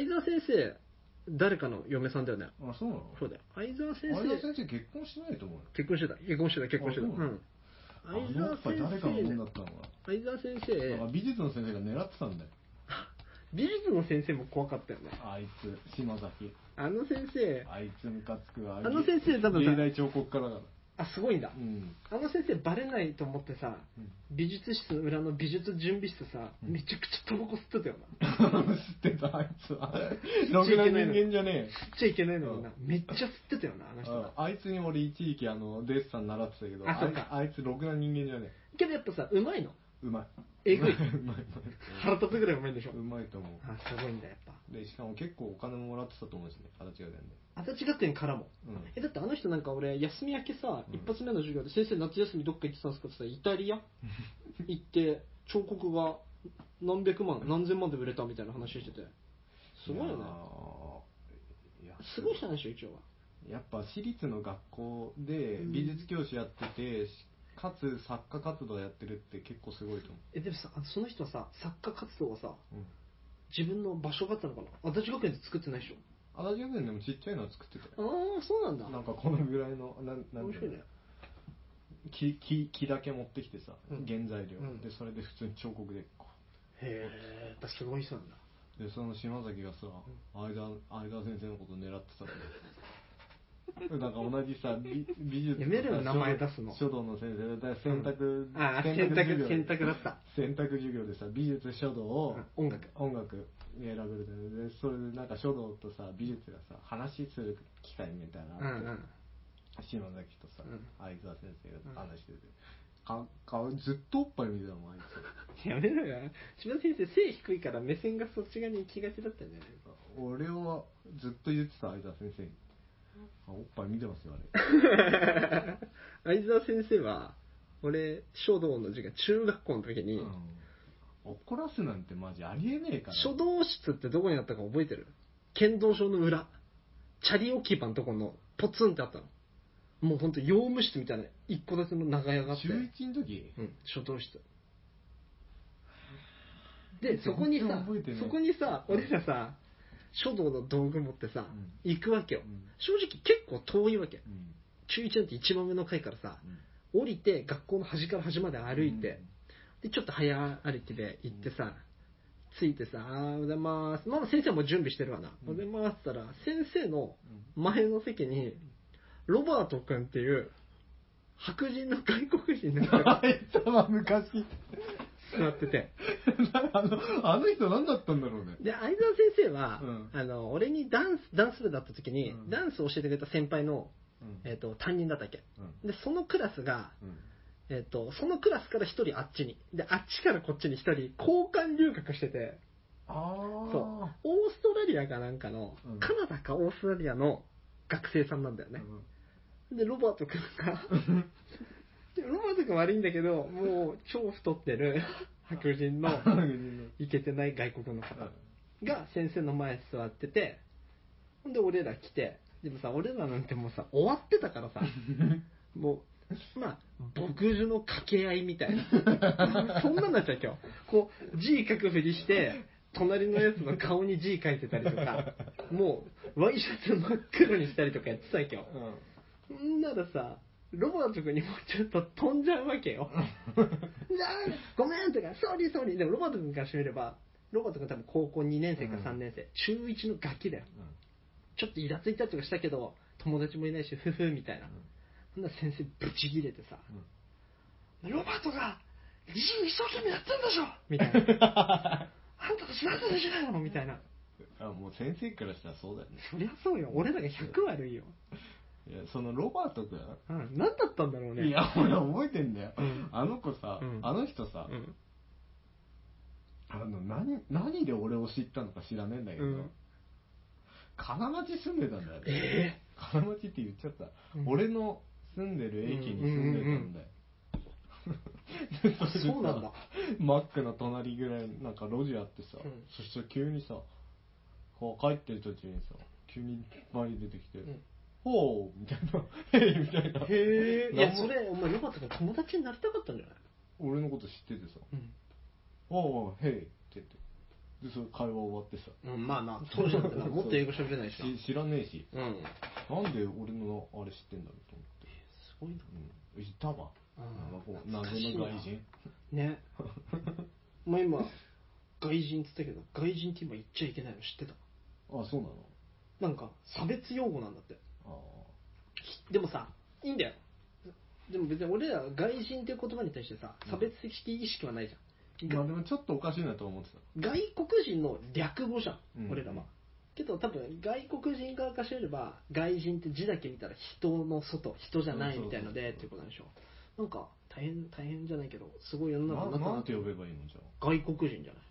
相沢先生、誰かの嫁さんだよね。
あ、そうなの？
そうだよ。相沢先生。
相沢先生結婚しないと思うよ。
結婚してた。結婚してた、結婚してた。うん。
相沢先生。誰かのもんだったのかな。
相沢先生。
美術の先生が狙ってたんだよ。
美術の先生も怖かったよね。
あいつ、島崎。
あの先生。
あいつムカつくわ。
あの先生多分さ。
芸大彫刻家だから。
あ、すごいんだ。
うん、
あの先生バレないと思ってさ、うん、美術室の裏の美術準備室さ、うん、めちゃくちゃタバコ吸ってたよな。
吸ってた、あいつは。ろくな人間じゃねえ。
吸っちゃいけないのにな。めっちゃ吸ってたよな、あの人は。
あいつに俺一時期あの、デッサン習ってたけど、
あ、そうか。
あいつろくな人間じゃね
え。けどやっぱさ、うまいの。
うまい。
えぐい。
うまい。うまい。
腹立つぐらいうまいんでしょ。
うまいと思う。
あ、すごいんだ、やっぱ。
で、しかも結構お金ももらってたと思うしね、足立学園で。
足立学園からも。うん、え、だってあの人なんか俺、休み明けさ、うん、一発目の授業で先生夏休みどっか行ってたんですかって言ったら、イタリア行って、彫刻が何百万、何千万で売れたみたいな話してて。すごいよね。いやすごい人なんでしょ、一応は。
やっぱ私立の学校で美術教師やってて、うんかつ作家活動やってるって結構すごいと思う。
え、でもさ、その人はさ、作家活動はさ、うん、自分の場所があったのかな。足立学園で作ってないでしょ。
足立学園でもちっちゃいのは作ってたよ。
ああ、そうなんだ。
なんかこのぐらいの、なんなん
面白いね。
木、木、木だけ持ってきてさ、うん、原材料、うん、で、それで普通に彫刻でこ
う。へえ、やっぱすごい人なんだ。
で、その島崎がさ、うん、相田、相田先生のこと狙ってたって。なんか同じさ、美, 美術
やめるよ名前出すの。
書道の先生だ選択、
うん、あ選択選択だった。
選択授業でさ、美術書道を、
うん、音楽
音楽選べるで、それでなんか書道とさ美術がさ話する機会みたいなのあって、うんうん、島崎とさ、うん、相沢先生が話してて、かかずっとおっぱい見てたもんあい
つ。やめろよ。島崎先生背低いから目線がそっち側に行きがちだったんじゃない？
俺はずっと言ってた相沢先生に。あ、おっぱい見てますよあれ。
相沢先生は俺書道の授業中学校の時に、うん、
怒らすなんてマジありえねえから。
書道室ってどこにあったか覚えてる？剣道場の裏チャリ置き場のとこのポツンってあったの。もうほんと用務室みたいな一戸建ての長屋があって。
中いちの時？
うん、書道室で、そこにさそこにさ俺らさ書道の道具持ってさ、うん、行くわけよ、うん、正直結構遠いわけ、うん、中いちなんて一番上の階からさ、うん、降りて学校の端から端まで歩いて、うん、でちょっと早歩きで行ってさ、着いてさ、あーおはようございます。まだ先生も準備してるわな。おはようございますって言ったら、先生の前の席に、ロバート君っていう、白人の外国人の人が、
あいつは昔、
座ってて。
あの、あの人何だったんだろうね。
で、相沢先生は、うん、あの、俺にダンス、ダンス部だった時に、うん、ダンスを教えてくれた先輩の、うん、えっと、担任だったっけ。うん、で、そのクラスが、うんえっと、そのクラスから一人あっちに。で、あっちからこっちに一人交換留学してて。
あ
そう。オーストラリアかなんかの、うん、カナダかオーストラリアの学生さんなんだよね。 で、ロバート君が、ロバート君悪いんだけど、もう超太ってる白人のイケてない外国の方が先生の前に座ってて、ほんで俺ら来て、でもさ、俺らなんてもうさ、終わってたからさ、もう、まあ、牧樹の掛け合いみたいな。そんなんなっちゃう今日。こう、字書くふりして、隣のやつの顔に字書いてたりとか、もう、ワイシャツ真っ黒にしたりとかやってた今日。うん、んならさ、ロバート君にもちょっと飛んじゃうわけよ。ごめんとか、ソーリーソーリー。でもロバート君からしてみれば、ロバート君多分高校にねん生かさんねん生、うん、中いちのガキだよ。うん、ちょっとイラついたりとかしたけど、友達もいないし、ふふみたいな。うん、ほんなら先生ブチギレてさ、うん、ロバートが字一生懸命やってんでしょみたいな。あんたたちなんでできないのみたいな。
あ、もう先生からしたらそうだよね。
そりゃそうよ。俺らがひゃく悪いよ。
いや、そのロバート君、
うん、何だったんだろうね。
いや、俺覚えてんだよ。うん、あの子さ、うん、あの人さ、うん、あの、何、何で俺を知ったのか知らねえんだけど、うん、金町住んでたんだよね。えー、金町って言っちゃった。うん、俺の住んでる駅に住んでたんだよ。
そうなんだ。
マックの隣ぐらいなんか路地あってさ、うん、そしたら急にさ、こう帰ってる途中にさ、急に前に出てきて、うん、ほうみたいな、へいみたいな。
へえ。いや、それ、お前よかったから友達になりたかったんじゃない？
俺のこと知っててさ、うん、おうへいって言って。で、それ会話終わってさ。
うん、まあな、そうじゃんってな。もっと英語喋れないしな。
知らねえし。
うん。
なんで俺のあれ知ってんだろうと思って。
すごいな。
うん。いたわ。なんかこう、謎の外人。
ね。まあ今、外人って言ったけど、外人って今言っちゃいけないの知ってた？
あ、そうなの？
なんか、差別用語なんだって。
あ
あ。でもさ、いいんだよ。でも別に俺ら外人っていう言葉に対してさ、差別的意識はないじゃん。
まあでもちょっとおかしいなと思ってた。
外国人の略語じゃん、うん、俺らは。けど多分外国人側からしてれば、外人って字だけ見たら人の外、人じゃないみたいのでっていうことなんでしょ。なんか大変大変じゃないけど、すごい世の中になったな。
なんて呼べばいいのじゃあ。
外国人じゃない。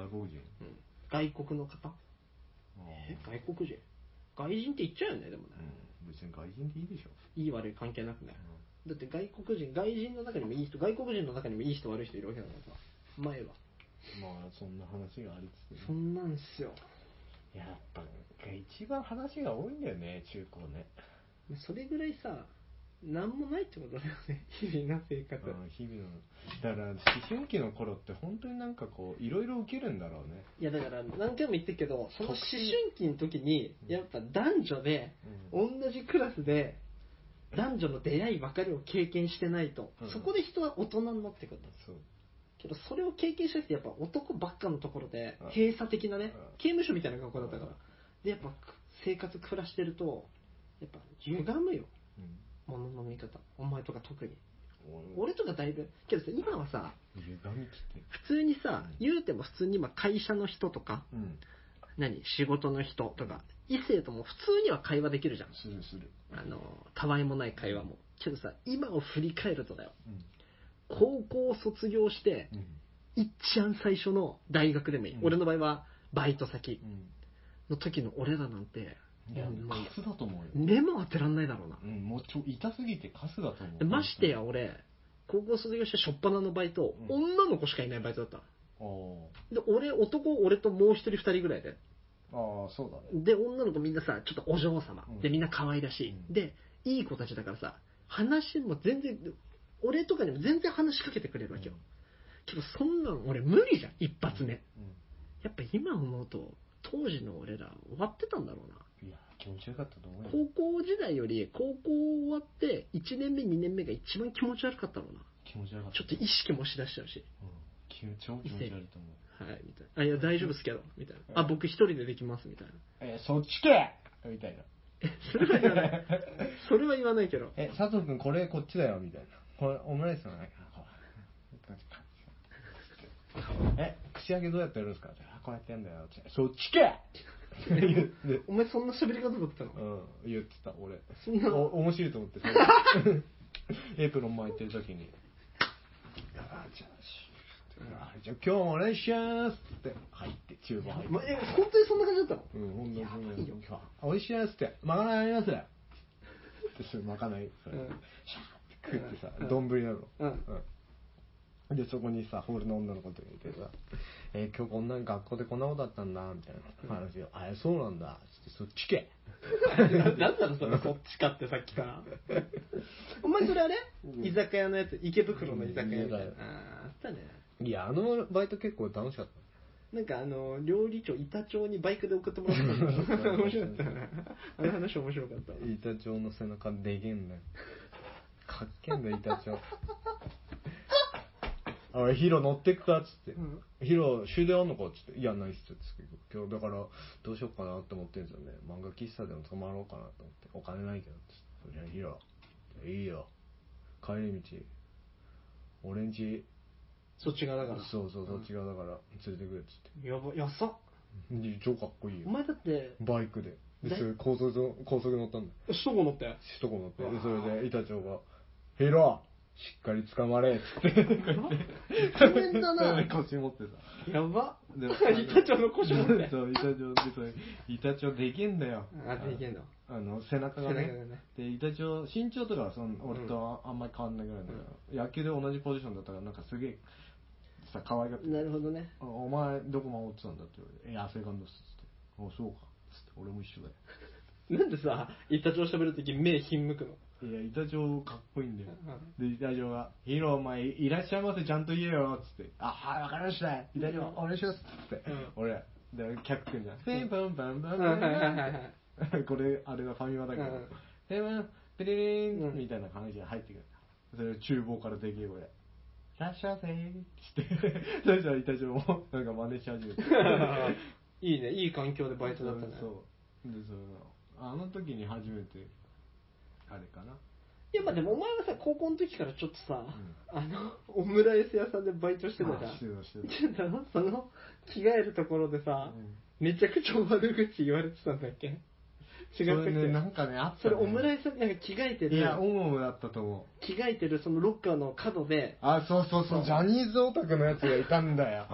外国人。
うん。外国の方。え、外国人。外人って言っちゃうよね、でもね。
うん、別に外人でいいでしょ。
いい悪い関係なくね。うん、だって外国人、外人の中にもいい人、外国人の中にもいい人悪い人いるわけだからさ。前は。
まあそんな話がありつつ、ね、
そんなんすよ。
やっぱ一番話が多いんだよね、中高ね。
それぐらいさ、なんもないってことだよね、日々の生活。
うん、日々の。だから思春期の頃って本当になんかこういろいろ受けるんだろうね。
いやだから何回も言ってるけど、その思春期の時にやっぱ男女で、うん、同じクラスで男女の出会い別れを経験してないと、うん、そこで人は大人になってくる。そうけどそれを経験した人ってやっぱ男ばっかのところで、うん、閉鎖的なね、うん、刑務所みたいな学校だったから、うん、でやっぱ生活暮らしてるとやっぱ歪むよ、うん、物の見方。お前とか特に。俺とかだいぶけどさ、今はさ、
歪みきて
普通にさ、うん、言うても普通に今会社の人とか、うん、何仕事の人とか異性とも普通には会話できるじゃん。
するする。
あのたわいもない会話も。けどさ、今を振り返るとだよ、うん、高校を卒業して、うん、いっちゃん最初の大学でもいい、うん、俺の場合はバイト先の時の俺らなんて、
いや、カスだと思うよ。
目も当てらんないだろうな。
うん、もうちょ痛すぎてカスだと思う。
ましてや俺、高校卒業して初っ端のバイト、うん、女の子しかいないバイトだった。で、俺、男、俺ともう一人二人ぐらいで。
ああ、そうだね。
で、女の子みんなさ、ちょっとお嬢様。うん、で、みんな可愛らしい、うん。で、いい子たちだからさ、話も全然、俺とかにも全然話しかけてくれるわけよ。うん、けど、そんなん俺無理じゃん、一発目。うんうん、やっぱ今思うと、当時の俺ら終わってたんだろうな。
いや、気持ちよかったと思うよ。
高校時代より高校終わっていちねんめにねんめが一番気持ち悪かったろうな。
気持ち悪かった。
ちょっと意識もしだしちゃうし、
うん、超気持ち悪いと思
う。はいみたいな。あ、いや大丈夫っすけどみたいな。あ、僕一人でできますみたいな。
え、そっちけみたいな。
え、それは言わない。それは言わないけど。
え、佐藤君これこっちだよみたいな。これオムライスのね。え、串揚げどうやってやるんですか。こうやってやるんだよ。そっちけ
お前そんな喋り方だったの？
うん、言ってた俺。
そんな
お面白いと思ってエプロン巻いてる時に、あじゃあじゃあ今日もお願いしますって入って厨房入って、
ま、え本当にそんな感じだったの？
うん、本当にそんな感じ。おいしいですってまかないあります。 ってすぐまかない、それ、
うん、
シャーって食ってさ、丼なの、
うん、
うん、でそこにさホールの女の子といてさ、えー、今日こんな学校でこんなことだったんだみたいな話を、うん、あれそうなんだってそっちけ
なんだろそれそっちかってさっきからお前それあれ、うん、居酒屋のやつ池袋の居酒屋みたいな、うん、ああったね。
いやあのバイト結構楽しかった。
なんかあの料理長板町にバイクで送ってもらったの面白かったね。あの話面白かった。
板町の背中でげんねかっけんだ板町あれヒロ乗ってくかっつって、うん、ヒロ終電あんのかっつって、いやないっすっつって、今日だからどうしよっかなって思ってるんですよね。漫画喫茶でも泊まろうかなと思って、お金ないけどっつって、いやヒロいいよ帰り道俺んち
そっち側だから、
そうそうそっち側だから連れてくれっつって、
やばやさ
超かっこいいよ。
お前だって
バイクででそれ高速高速乗ったんだよ。
首都高乗って
首都高乗ってでそれで板長がヒロしっかり捕まれっつって
大変だな
腰持ってた。や
ばで板長の腰持って
そう板長でそれ板長でけんだよ。
あでけんの
あの背中が ね, ねで板長身長とかはその俺とあんまり変わんないぐらいだから、うん、野球で同じポジションだったからなんかすげえさ可愛がって
なるほどね。
お前どこ守ってたんだって言われて、いやセカンドっすっつって、あそうかっつって、俺も一緒だよ
なんでさ板長喋るとき目ひんむくの。
いや板長かっこいいんだよ、うん、で板長がヒロお前いらっしゃいませちゃんと言えよっつって、あはいわかりました板長お願いしますっつって、うん、俺で客来んじゃん、ピンポンパンパンパンこれあれはファミマだけど、ピンポンピリリンみたいな感じで入ってくる、それ厨房からできる声でいらっしゃいませーってそれじゃあ板長もなんか真似し始めて
いいね、いい環境でバイトだったね。
そうでそのあの時に初めてあれかな。
いやまあでもお前はさ高校の時からちょっとさ、うん、あのオムライス屋さんでバイトしてたじゃん。してたしてた。その着替えるところでさ、うん、めちゃくちゃ悪口言われてたんだっけ。違ったっけ。
ね、なんかねあったね。
それオムライスなんか着替えてる。
いやオムだったと思う。
着替えてるそのロッカーの角で。
あそうそうそうジャニーズオタクのやつがいたんだよ。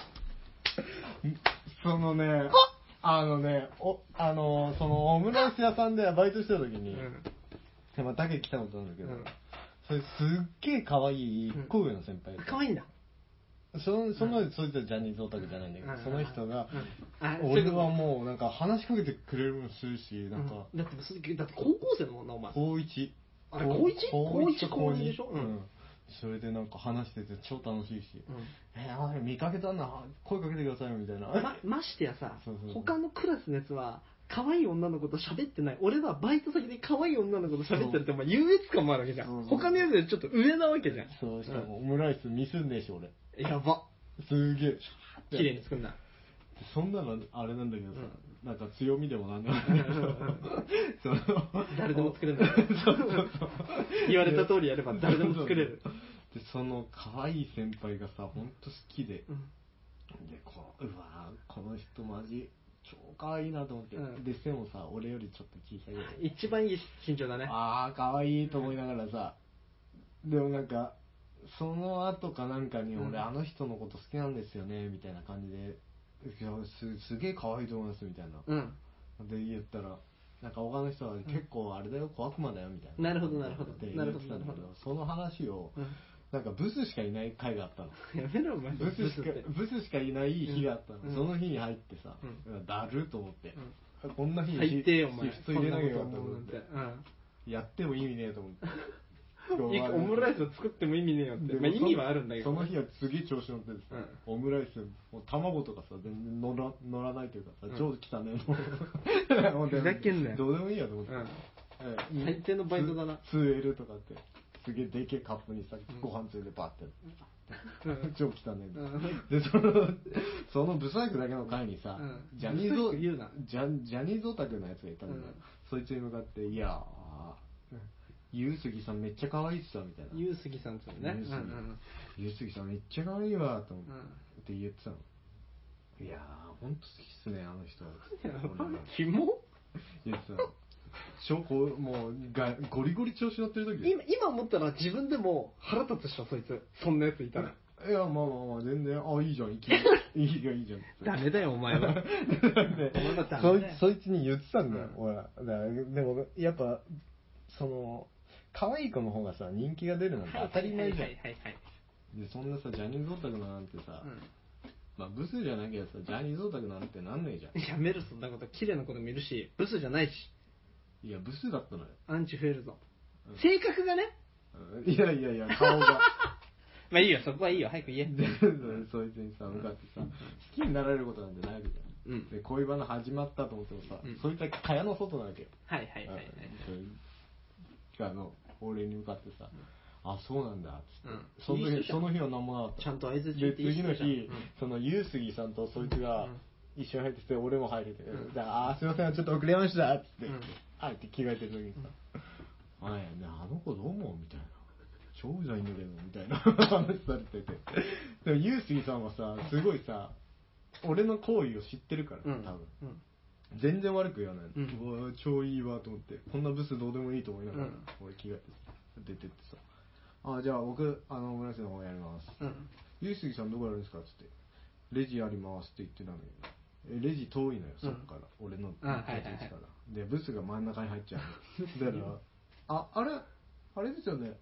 そのね。あのね、お、あの、そのオムライス屋さんでバイトしてた時に、うん、まあ、だけ来たことなんだけど、うん、それすっげえ可愛い一個上の先輩、
うん、可愛いんだ。
その、その、うん、そいつはジャニーズオタクじゃないんだけど、うん、その人が、うん、俺はもうなんか話しかけてくれるもするし、なんか、
うん、だって、だって高校生だもんな、お前。
高一。
あれ高一？高一高二でしょ？
うん。それでなんか話してて超楽しいし、うん、えー、あれ見かけたんだ声かけてくださいよみたいな、
ま, ましてやさそうそうそう他のクラスのやつは可愛い女の子と喋ってない。俺はバイト先で可愛い女の子と喋ってるってお前優越感もあるわけじゃん、うん、他のやつでちょっと上なわけじゃん。
そうしかもオムライスミスんねえし俺
やば
すげえ
綺麗に作んな。
そんなのあれなんだけどさ、うん、なんか強みでもなんでもないその
誰でも作れるんだそうそうそう言われた通りやれば誰でも作れる。
でその可愛い先輩がさほんと好きで、うん、でこううわこの人マジ超可愛いなと思って、うん、で背もさ俺よりちょっと小さいぐらい
一番いい身長だね。
ああ可愛いと思いながらさ、うん、でもなんかその後かなんかに俺、うん、あの人のこと好きなんですよねみたいな感じですすげえ可愛いと思いますみたいな、うん、で言ったらなんか他の人は結構あれだよ小悪魔だよみたいな、
なるほどなるほどなるほどなるほど。
その話を、うん、なんかブスしかいない回があったの。
やめろお前。
ブスしかブスしかいない日があったの、うん、その日に入ってさ、うん、だると思って、うん、こんな日に
最低よお前
シフト入れなきゃよかったと思って、うん、やっても意味ねえと思って
オムライスを作っても意味ねえよって、まあ、意味はあるんだけど、
その日はすげえ調子乗っててさ、うん、オムライスもう卵とかさ全然乗ら乗らないというかさ、うん、超汚ねえの
ふざけんなよ。
どうでもいいやと思って、うん
え最低のバイトだな。
ツーエル とかってすげえでけえカップにさご飯ついてバッて、うん、超汚ねえ、うん、でそのそのブサイクだけの回にさ、うん、ジャニーズジャジャニーズオタクのやつがいたんだよ、うん、そいつに向かっていやーゆうすぎさんめっちゃ可愛いっすわみたいな。
ゆうすぎさんってね。
ゆうすぎさんめっちゃ可愛いわと思って言ってたの。いやーほんと好きっすねあの人。
キモ？
言ってたの。証拠もうがゴリゴリ調子乗ってる時。
今今思ったら自分でも腹立つでしょそいつ。そんなやついたら。
いやまあまあまあ全然あいいじゃんいいいいいいじゃん。
ダメだよお前は。
そいそいつに言ってたんだよ、うん、俺は。だからでもやっぱ。 その可愛い子の方がさ人気が出るなんて当たり前じゃん。
はいはいはいはい。
でそんなさジャニーズオタクなんてさ、
うん、
まあブスじゃなきゃさジャニーズオタクなんてなんねえじゃん。
やめる、そんなこと。綺麗な子でもいるし、ブスじゃないし。
いやブスだったのよ。
アンチ増えるぞ。
うん、
性格がね。
うん、いやいやいや顔が。
まあいいよ、そこはいいよ、早く言え。
でそいつにさ向かってさ、好きになられることなんてないわけじゃん。うん、で恋バナ始まったと思ってもさ、うん、そいつは蚊帳の外なわけよ。
はいはいはいはい。
あの俺に向かってさ、うん、あそうなんだっつって、うん、その日その日は何もなかった。
ちゃんと合図
で次の日、うん、そのユースギさんとそいつが一緒に入ってきて俺も入れて、うん、ああすいませんちょっと遅れましたっつって、うん、あえて着替えてる時にさ、うん、あいやねあの子どうもみたいな。超うざいんだけどみたいな話されてて、でもユースギさんはさすごいさ俺の行為を知ってるから、うん、多分、うん、全然悪く言わないの、うん、うわ超いいわと思って、こんなブスどうでもいいと思いながら、うん、俺着替えて出てってさ、あじゃあ僕あのオムライスの方やります、うん、ユースギさんどこやるんですかっつって、レジやりますって言ってたんだけど、えレジ遠いのよそっから、うん、俺の立ち位置から、でブスが真ん中に入っちゃうだからああれあれですよね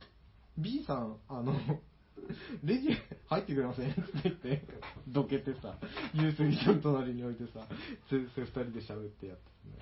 B さん、あの、レジ入ってくれませんって言って、どけてさ、ユースギさん隣に置いてさ、ついふたりで喋ってやって、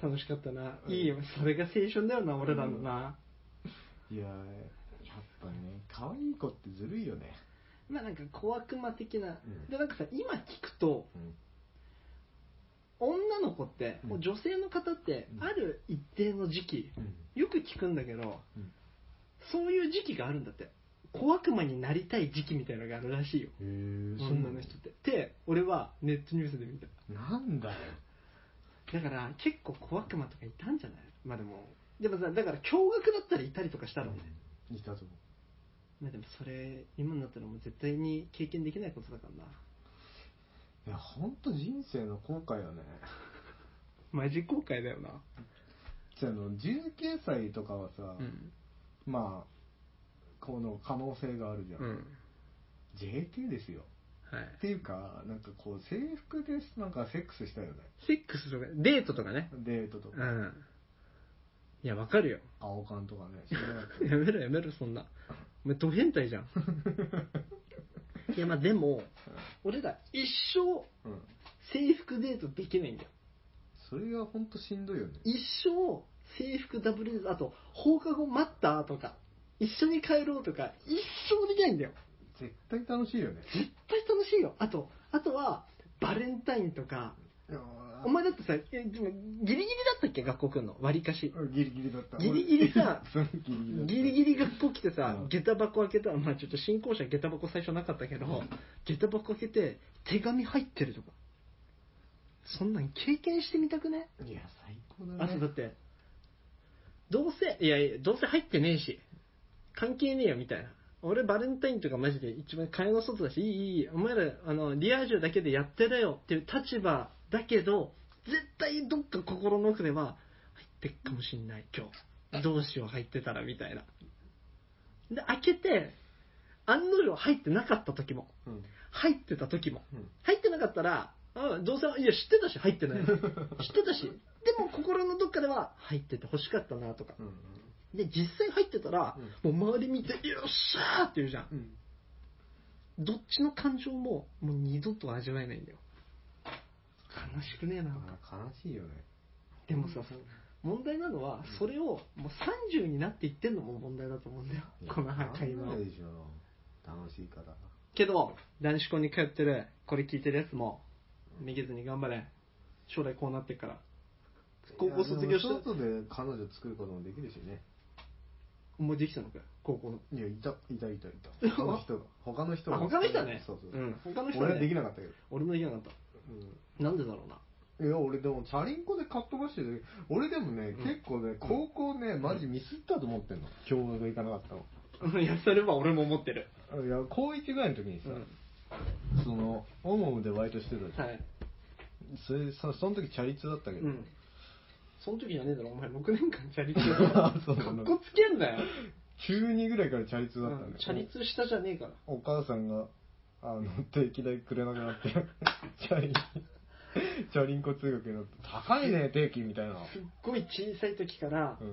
ね、楽しかったな。いいよ、それが青春だよな、俺らのな。
いやー、やっぱね、可愛い子ってずるいよね。
まあなんか小悪魔的な。うん、で、なんかさ、今聞くと、うん、女の子って、うん、女性の方って、ある一定の時期、うん、よく聞くんだけど、うんそういう時期があるんだって。小悪魔になりたい時期みたいなのがあるらしいよ。へ
ぇー、
女の人って。で、俺はネットニュースで見た。
なんだよ。
だから結構小悪魔とかいたんじゃない？まあでも、でもさ、だから驚愕だったらいたりとかしたろうね。
うん、いたと思う。
まあでもそれ、今になったらもう絶対に経験できないことだからな。
いや、ほんと人生の後悔よね。
マジ後悔だよな。
じゃあの、じゅうきゅうさいとかはさ、うんまあこの可能性があるじゃん、うん、ジェーケー ですよ、はい、っていうかなんかこう制服でなんかセックスしたよね。
セックスとかデートとかね。
デートとか、うん、
いやわかるよ。
青缶とかね
やめろやめろそんなお前ド変態じゃんいやまあでも俺ら一生、うん、制服デートできないんだよ。
それがほんとしんどいよね。
一生制服ダブルデート、あと放課後待ったとか一緒に帰ろうとか一生できないんだよ。
絶対楽しいよね。
絶対楽しいよ。あとあとはバレンタインとか。お前だってさ、えでもギリギリだったっけ学校来んの？割りかし
ギリギリだった。
ギリギリさギリギリ学校来てさ、下駄箱開けたら、まあちょっと新校舎下駄箱最初なかったけど下駄箱開けて手紙入ってるとか、そんなん経験してみたくね？
いや最高だね。
あとだってどうせいやいやどうせ入ってねえし関係ねえよみたいな。俺バレンタインとかマジで一番蚊帳の外だし、いいいいお前らあのリア充だけでやってるよっていう立場だけど、絶対どっか心の奥では入ってっかもしんない今日どうしよう入ってたらみたいな。で開けて案の定入ってなかった時も、うん、入ってた時も、うん、入ってなかったらあどうせいや知ってたし入ってない知ってたしでも心のどっかでは入ってて欲しかったなとか、うんうん、で実際入ってたら、うん、もう周り見てよっしゃーって言うじゃん、うん、どっちの感情ももう二度と味わえないんだよ。悲しくねえな。
悲しいよね。
でもさ、問題なのはそれをもうさんじゅうになっていってんのも問題だと思うんだよ、この会話を。
楽しいから
けど男子校に通ってるこれ聞いてるやつもめげずに頑張れ。将来こうなってっから。高校卒業した
外で彼女作ることもできるしね。
お前できたのかよ高校の。
いやいたいたいたいた他の人が他の人が
他の人はね。
そうそうそう、うん、
他の人
は、ね、俺はできなかったけど。
俺もできなかった、うん、なんでだろうな。
いや俺でもチャリンコでかっ飛ばしてる。俺でもね、うん、結構ね高校ねマジミスったと思ってんの。共学行かなかった
の。いやそれは俺も思ってる。
いや高いちぐらいの時にさ、うん、そのオモムでバイトしてたじゃん、はい、それ そ, その時チャリ通だったけど、うん、その時じゃねえだろお前ろくねんかんチャリ通だろ。そうかっこつけんなよ。中にぐらいからチャリ通だったんだよ、うん、チャリ通下じゃねえから。お母さんがあの定期代くれなくなってチャリチャリンコ通学になって高いね定期みたいな。すっごい小さい時から、うん、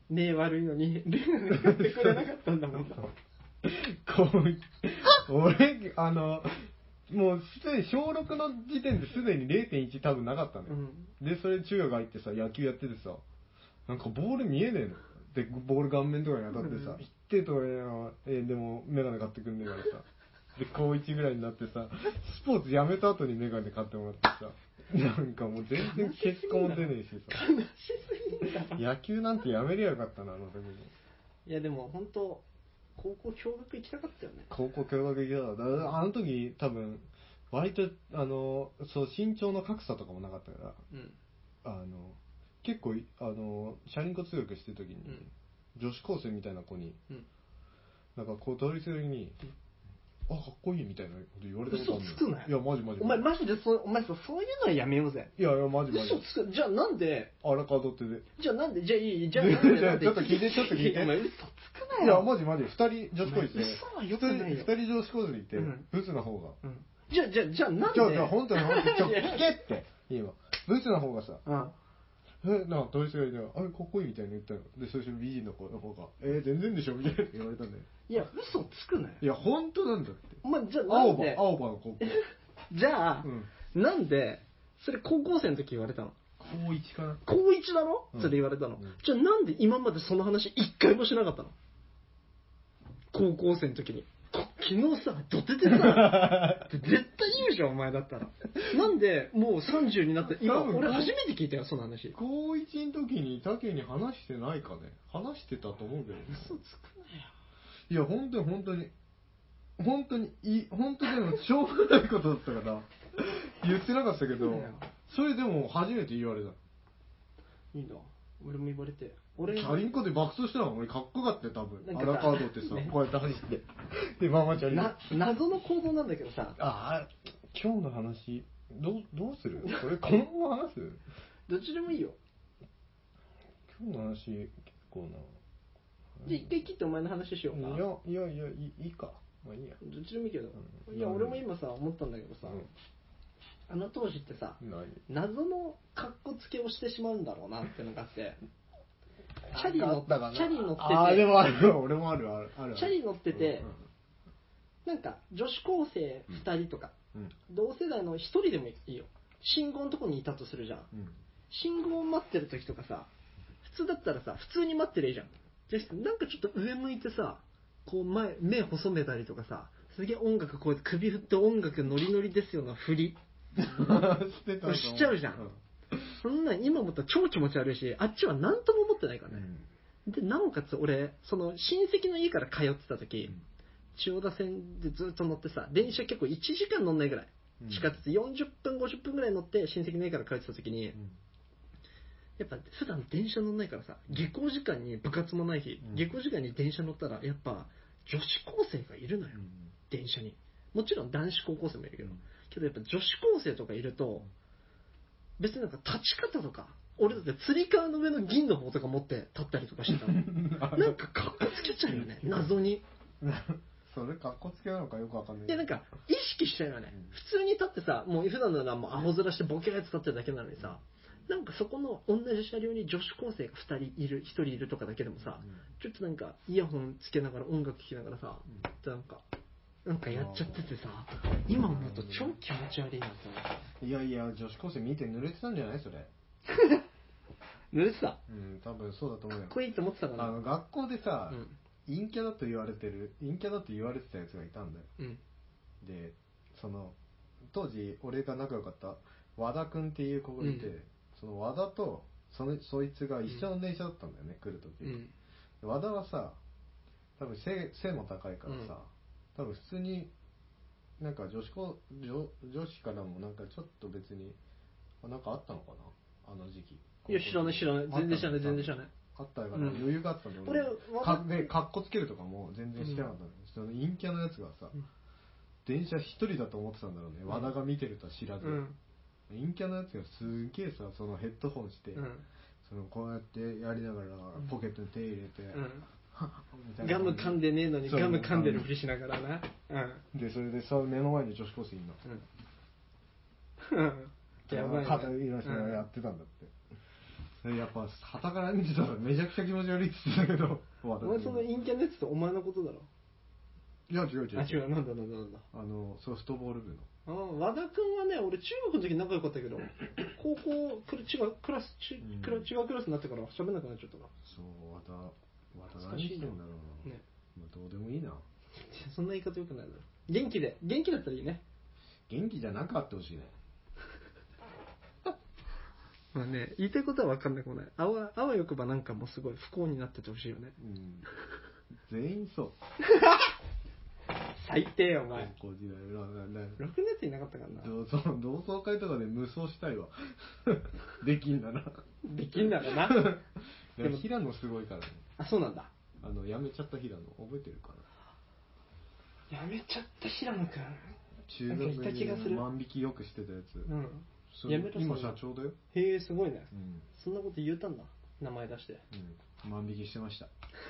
目悪いのに、メガネ買ってくれなかったんだもん。
こう、俺、あの、もうすでに小ろくの時点ですでに れいてんいち 多分なかったのよ。うん、で、それ中学入ってさ、野球やっててさ、なんかボール見えねえの。で、ボール顔面とかに当たってさ、ヒッテとかねえー、でもメガネ買ってくんねえからさ。で、高いちぐらいになってさ、スポーツやめた後にメガネ買ってもらってさ、なんかもう全然結果も出ねえしさ。
悲しすぎんだ。
野球なんてやめりゃよかったな、あの時に。
いやでも本当、高校共学行きたかったよね。
高校共学行きたかった。だからあの時多分、割と、あの、そう、身長の格差とかもなかったから、うん、あの、結構、あの、チャリンコ通学してる時に、うん、女子高生みたいな子に、うん、なんかこう通りするに、うんあ、かっこいいみたいなこと言われたことあるの。
嘘つくなよ。
いや、マジマジ。
お前マジでそ、お前そういうのはやめようぜ。
いやいや、マジマジ。
嘘つく。じゃあなんで、
荒川取ってで。
じゃあなんで、じゃあいい、じゃあなんで、なんで
ちょっと聞いて、ちょっと聞いて。
お前嘘つくなよ。
いや、マジマジ。二人女子高生いて。
嘘はよくないよ。
二人女子高生いて、ブスな方が。
うん。じゃあ、じゃあ、じゃあなんで。
じゃあ、じゃあ、本当に本当に、ちょ、聞けって。いいわ。ブスな方がさ、うん。え、なんか、通りすがりで、あれ、かっこいいみたいに言ったの。で、そして美人の子の方が、えー、全然でしょみたいな言われたんだよ。
いや、嘘つくなよ。
いや、本当なんだって。
お前、じゃあなんで。
青葉、青葉の高校。
じゃあ、うん、なんで、それ高校生の時言われたの。
高一かな。
高一だろ、うん、それ言われたの、うん。じゃあなんで今までその話一回もしなかったの。高校生の時に。昨日さ、どててさ、絶対言うじゃん、お前だったら。なんで、もうさんじゅうになって、今、俺初めて聞いたよ、その話。
高いちの時に竹に話してないかね。話してたと思うけど、ね。
嘘つくなよ。
いや、本当に本当に。本当に、い、本当にでも、しょうがないことだったから、言ってなかったけど、それでも初めて言われた。
いいんだ。俺も言われて。俺
チャリンコで爆走したのが俺かっこよかったよ、多分。荒川道ってさ、ね、こうやって走って。で、ママチャリンコ。
謎の行動なんだけどさ。
ああ、今日の話、どう、どうするこれ、このまま話す
どっちでもいいよ。
今日の話、結構な。
じゃあ一回切ってお前の話しようか。
いや、いやいや、いいか。まあいいや。
どっちでもいいけど。うん、いや、俺も今さ、思ったんだけどさ。うんあの当時ってさ、謎のカッコつけをしてしまうんだろうなってのがあって、チャリ乗ってて、チャリ乗ってて、
ああ、でもある、俺もある、ある、ある。
チャリ乗ってて、うんうん、なんか女子高生ふたりとか、うん、同世代のひとりでもいいよ。信号のとこにいたとするじゃん。うん、信号を待ってる時とかさ、普通だったらさ、普通に待ってるじゃん。じゃなんかちょっと上向いてさ、こう前、目細めたりとかさ、すげえ音楽こうやって首振って音楽ノリノリですような振り。しちゃうじゃん、うん、そんなん今思ったら超気持ち悪いしあっちは何とも思ってないからね、うん、でなおかつ俺その親戚の家から通ってた時、うん、千代田線でずっと乗ってさ電車結構いちじかん乗んないぐらい、うん、地下鉄よんじゅっぷんごじゅっぷんぐらい乗って親戚の家から通ってた時に、うん、やっぱ普段電車乗んないからさ下校時間に部活もない日、うん、下校時間に電車乗ったらやっぱ女子高生がいるのよ、うん、電車にもちろん男子高校生もいるけど、うんけどやっぱ女子高生とかいると別になんか立ち方とか俺だってつり革の上の銀の方とか持って立ったりとかしてたのなんかカッコつけちゃうよね謎に
それカッコつけなのかよくわかんない
いやなんか意識しちゃうよね、うん、普通に立ってさもう普段ならもう青面してボケーって立ってるだけなのにさなんかそこの同じ車両に女子高生がふたりいるひとりいるとかだけでもさ、うん、ちょっとなんかイヤホンつけながら音楽聴きながらさ、うん、なんかなんかやっちゃっててさ、今思うと超気持ち悪いなって思って。
いやいや、女子高生見て濡れてたんじゃないそれ。
濡れてた？
うん、多分そうだと思うよ。
かっこいいと思ってたかな。
あの、学校でさ、うん、陰キャだと言われてる、陰キャだと言われてたやつがいたんだよ。うん、で、その、当時俺が仲良かった和田くんっていう子がいて、うん、その和田とそのそいつが一緒の電車だったんだよね、うん、来るとき、うん、和田はさ、多分背、背も高いからさ、うん多分普通になんか女子高 女, 女子からもなんかちょっと別になんかあったのかなあの時期
いや知らない知らない全然知らない全然知らない
あったから余裕があったんだよ、うん、俺かでカッコつけるとかも全然してなかったの、うん、その陰キャのやつがさ、うん、電車一人だと思ってたんだろうね、うん、和田が見てるとは知らず、うん、陰キャのやつがすげえさそのヘッドホンして、うん、そのこうやってやりながらポケットに手入れて、うん
ガム噛んでねえのにガム噛んでるふりしながらな、
うん、でそれでさ目の前に女子高生いんの、うん、やばい、ね、肩いらしながらやってたんだって、 やっぱ、旗から見てたらめちゃくちゃ気持ち悪いって言ってたけど、
お前その陰キャのやつってお前のことだろ。
いや、違う違う。
あ、違う、なんだなんだなんだ。
あの、ソフトボール部の。
あ和田くんはね、俺中学の時仲良かったけど、高校、くる違うクラス、ち
うん
クラ違うクラスになってから喋んなくなっちゃったな。
そう、和田、和田何してんだろうな。
ね。
まあ、どうでもいいな。
そんな言い方よくないだろ。元気で、元気だったらいいね。
元気じゃなくあってほしいね。
まあね、言いたいことは分かんなくもない。あわ、あわよくばなんかもすごい不幸になっててほしいよね。
うん。全員そう。
最低よ、お前。
高校時代、ななな
ろくのやついなかったからな。
同窓同窓会とかで無双したいわ。できんだな。
できんだろな。
でも平野すごいからね。
あ、そうなんだ。
あの、辞めちゃった平野、覚えてるかな。
やめちゃった平野くん。
中学
なんかいた気がする
に万引きよくしてたやつ。
うん。
それ
やめろ
今
そんな
社長だよ。
へえ、すごいね。
うん。
そんなこと言うたんだ。名前出して。
うん。万引きしてました。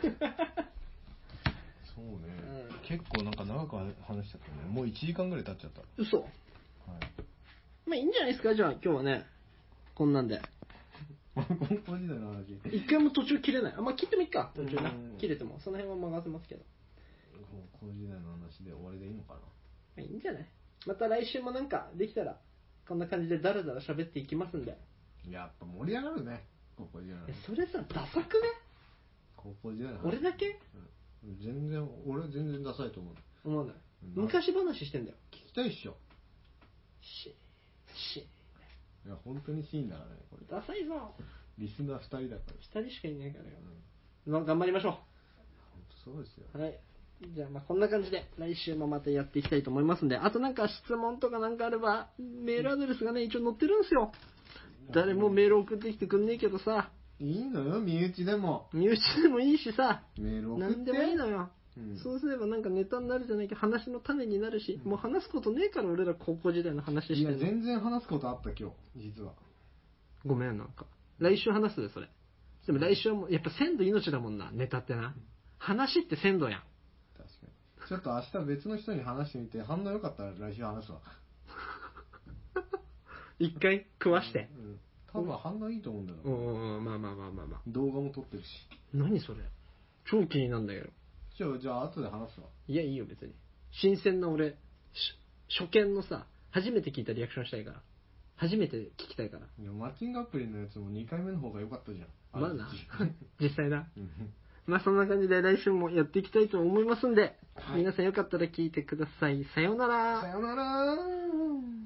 そうね、
うん、
結構なんか長く話しちゃったね。もういちじかんぐらい経っちゃった。
嘘。はい。まあいいんじゃないですか、じゃあ今日はね。こんなんで。
高校時代の話。
一回も途中切れない。あ、まあ切ってもいいか、途中な
うん。
切れても。その辺は任せますけど。
高校時代の話で終わりでいいのかな。ま
あいいんじゃない。また来週もなんかできたら、こんな感じでダラダラ喋っていきますんで。
やっぱ盛り上がるね、高校時代の話。
それさ、ダサくね。
高校時代の話。
俺だけ、
うん、全然、俺は全然ダサいと思う。
思わない。
うん、
昔話してんだよ。
聞きたいっしょ。
し、し。
いや、本当にシーンだからね、これ。
ダサいぞ。
リスナーふたりだから。
ふたりしかいないからよ。うん、まあ頑張りましょう。
本当そうですよ。
はい。じゃあまあこんな感じで来週もまたやっていきたいと思いますんで、あとなんか質問とかなんかあれば、メールアドレスがね、一応載ってるんですよ。誰もメール送ってきてくんねえけどさ。
いいのよ、身内でも。
身内でもいいしさ。
メール送って。
なんでもいいのよ。
うん、
そうすればなんかネタになるじゃないけど、話の種になるし、うん、もう話すことねえから俺ら高校時代の話してるの。
いや、全然話すことあった今日、実は。
ごめん、なんか。来週話すで、それ。でも来週も、やっぱ鮮度命だもんな、ネタってな。話って鮮度やん。
確かに。ちょっと明日別の人に話してみて、反応良かったら来週話すわ。
一回食わして。
うん。多分反応いいと思うんだよ。
うん、まあまあまあまあまあ。
動画も撮ってるし。
何それ。超気になんだけど。
じゃあ、じゃあ後で話すわ。
いや、いいよ別に。新鮮な俺、初見のさ、初めて聞いたリアクションしたいから。初めて聞きたいから。
いや、マッチングアプリのやつもにかいめの方が良かったじゃん。
まあな。実際な。まあそんな感じで来週もやっていきたいと思いますんで、はい、皆さんよかったら聞いてください。さようなら。
さようなら。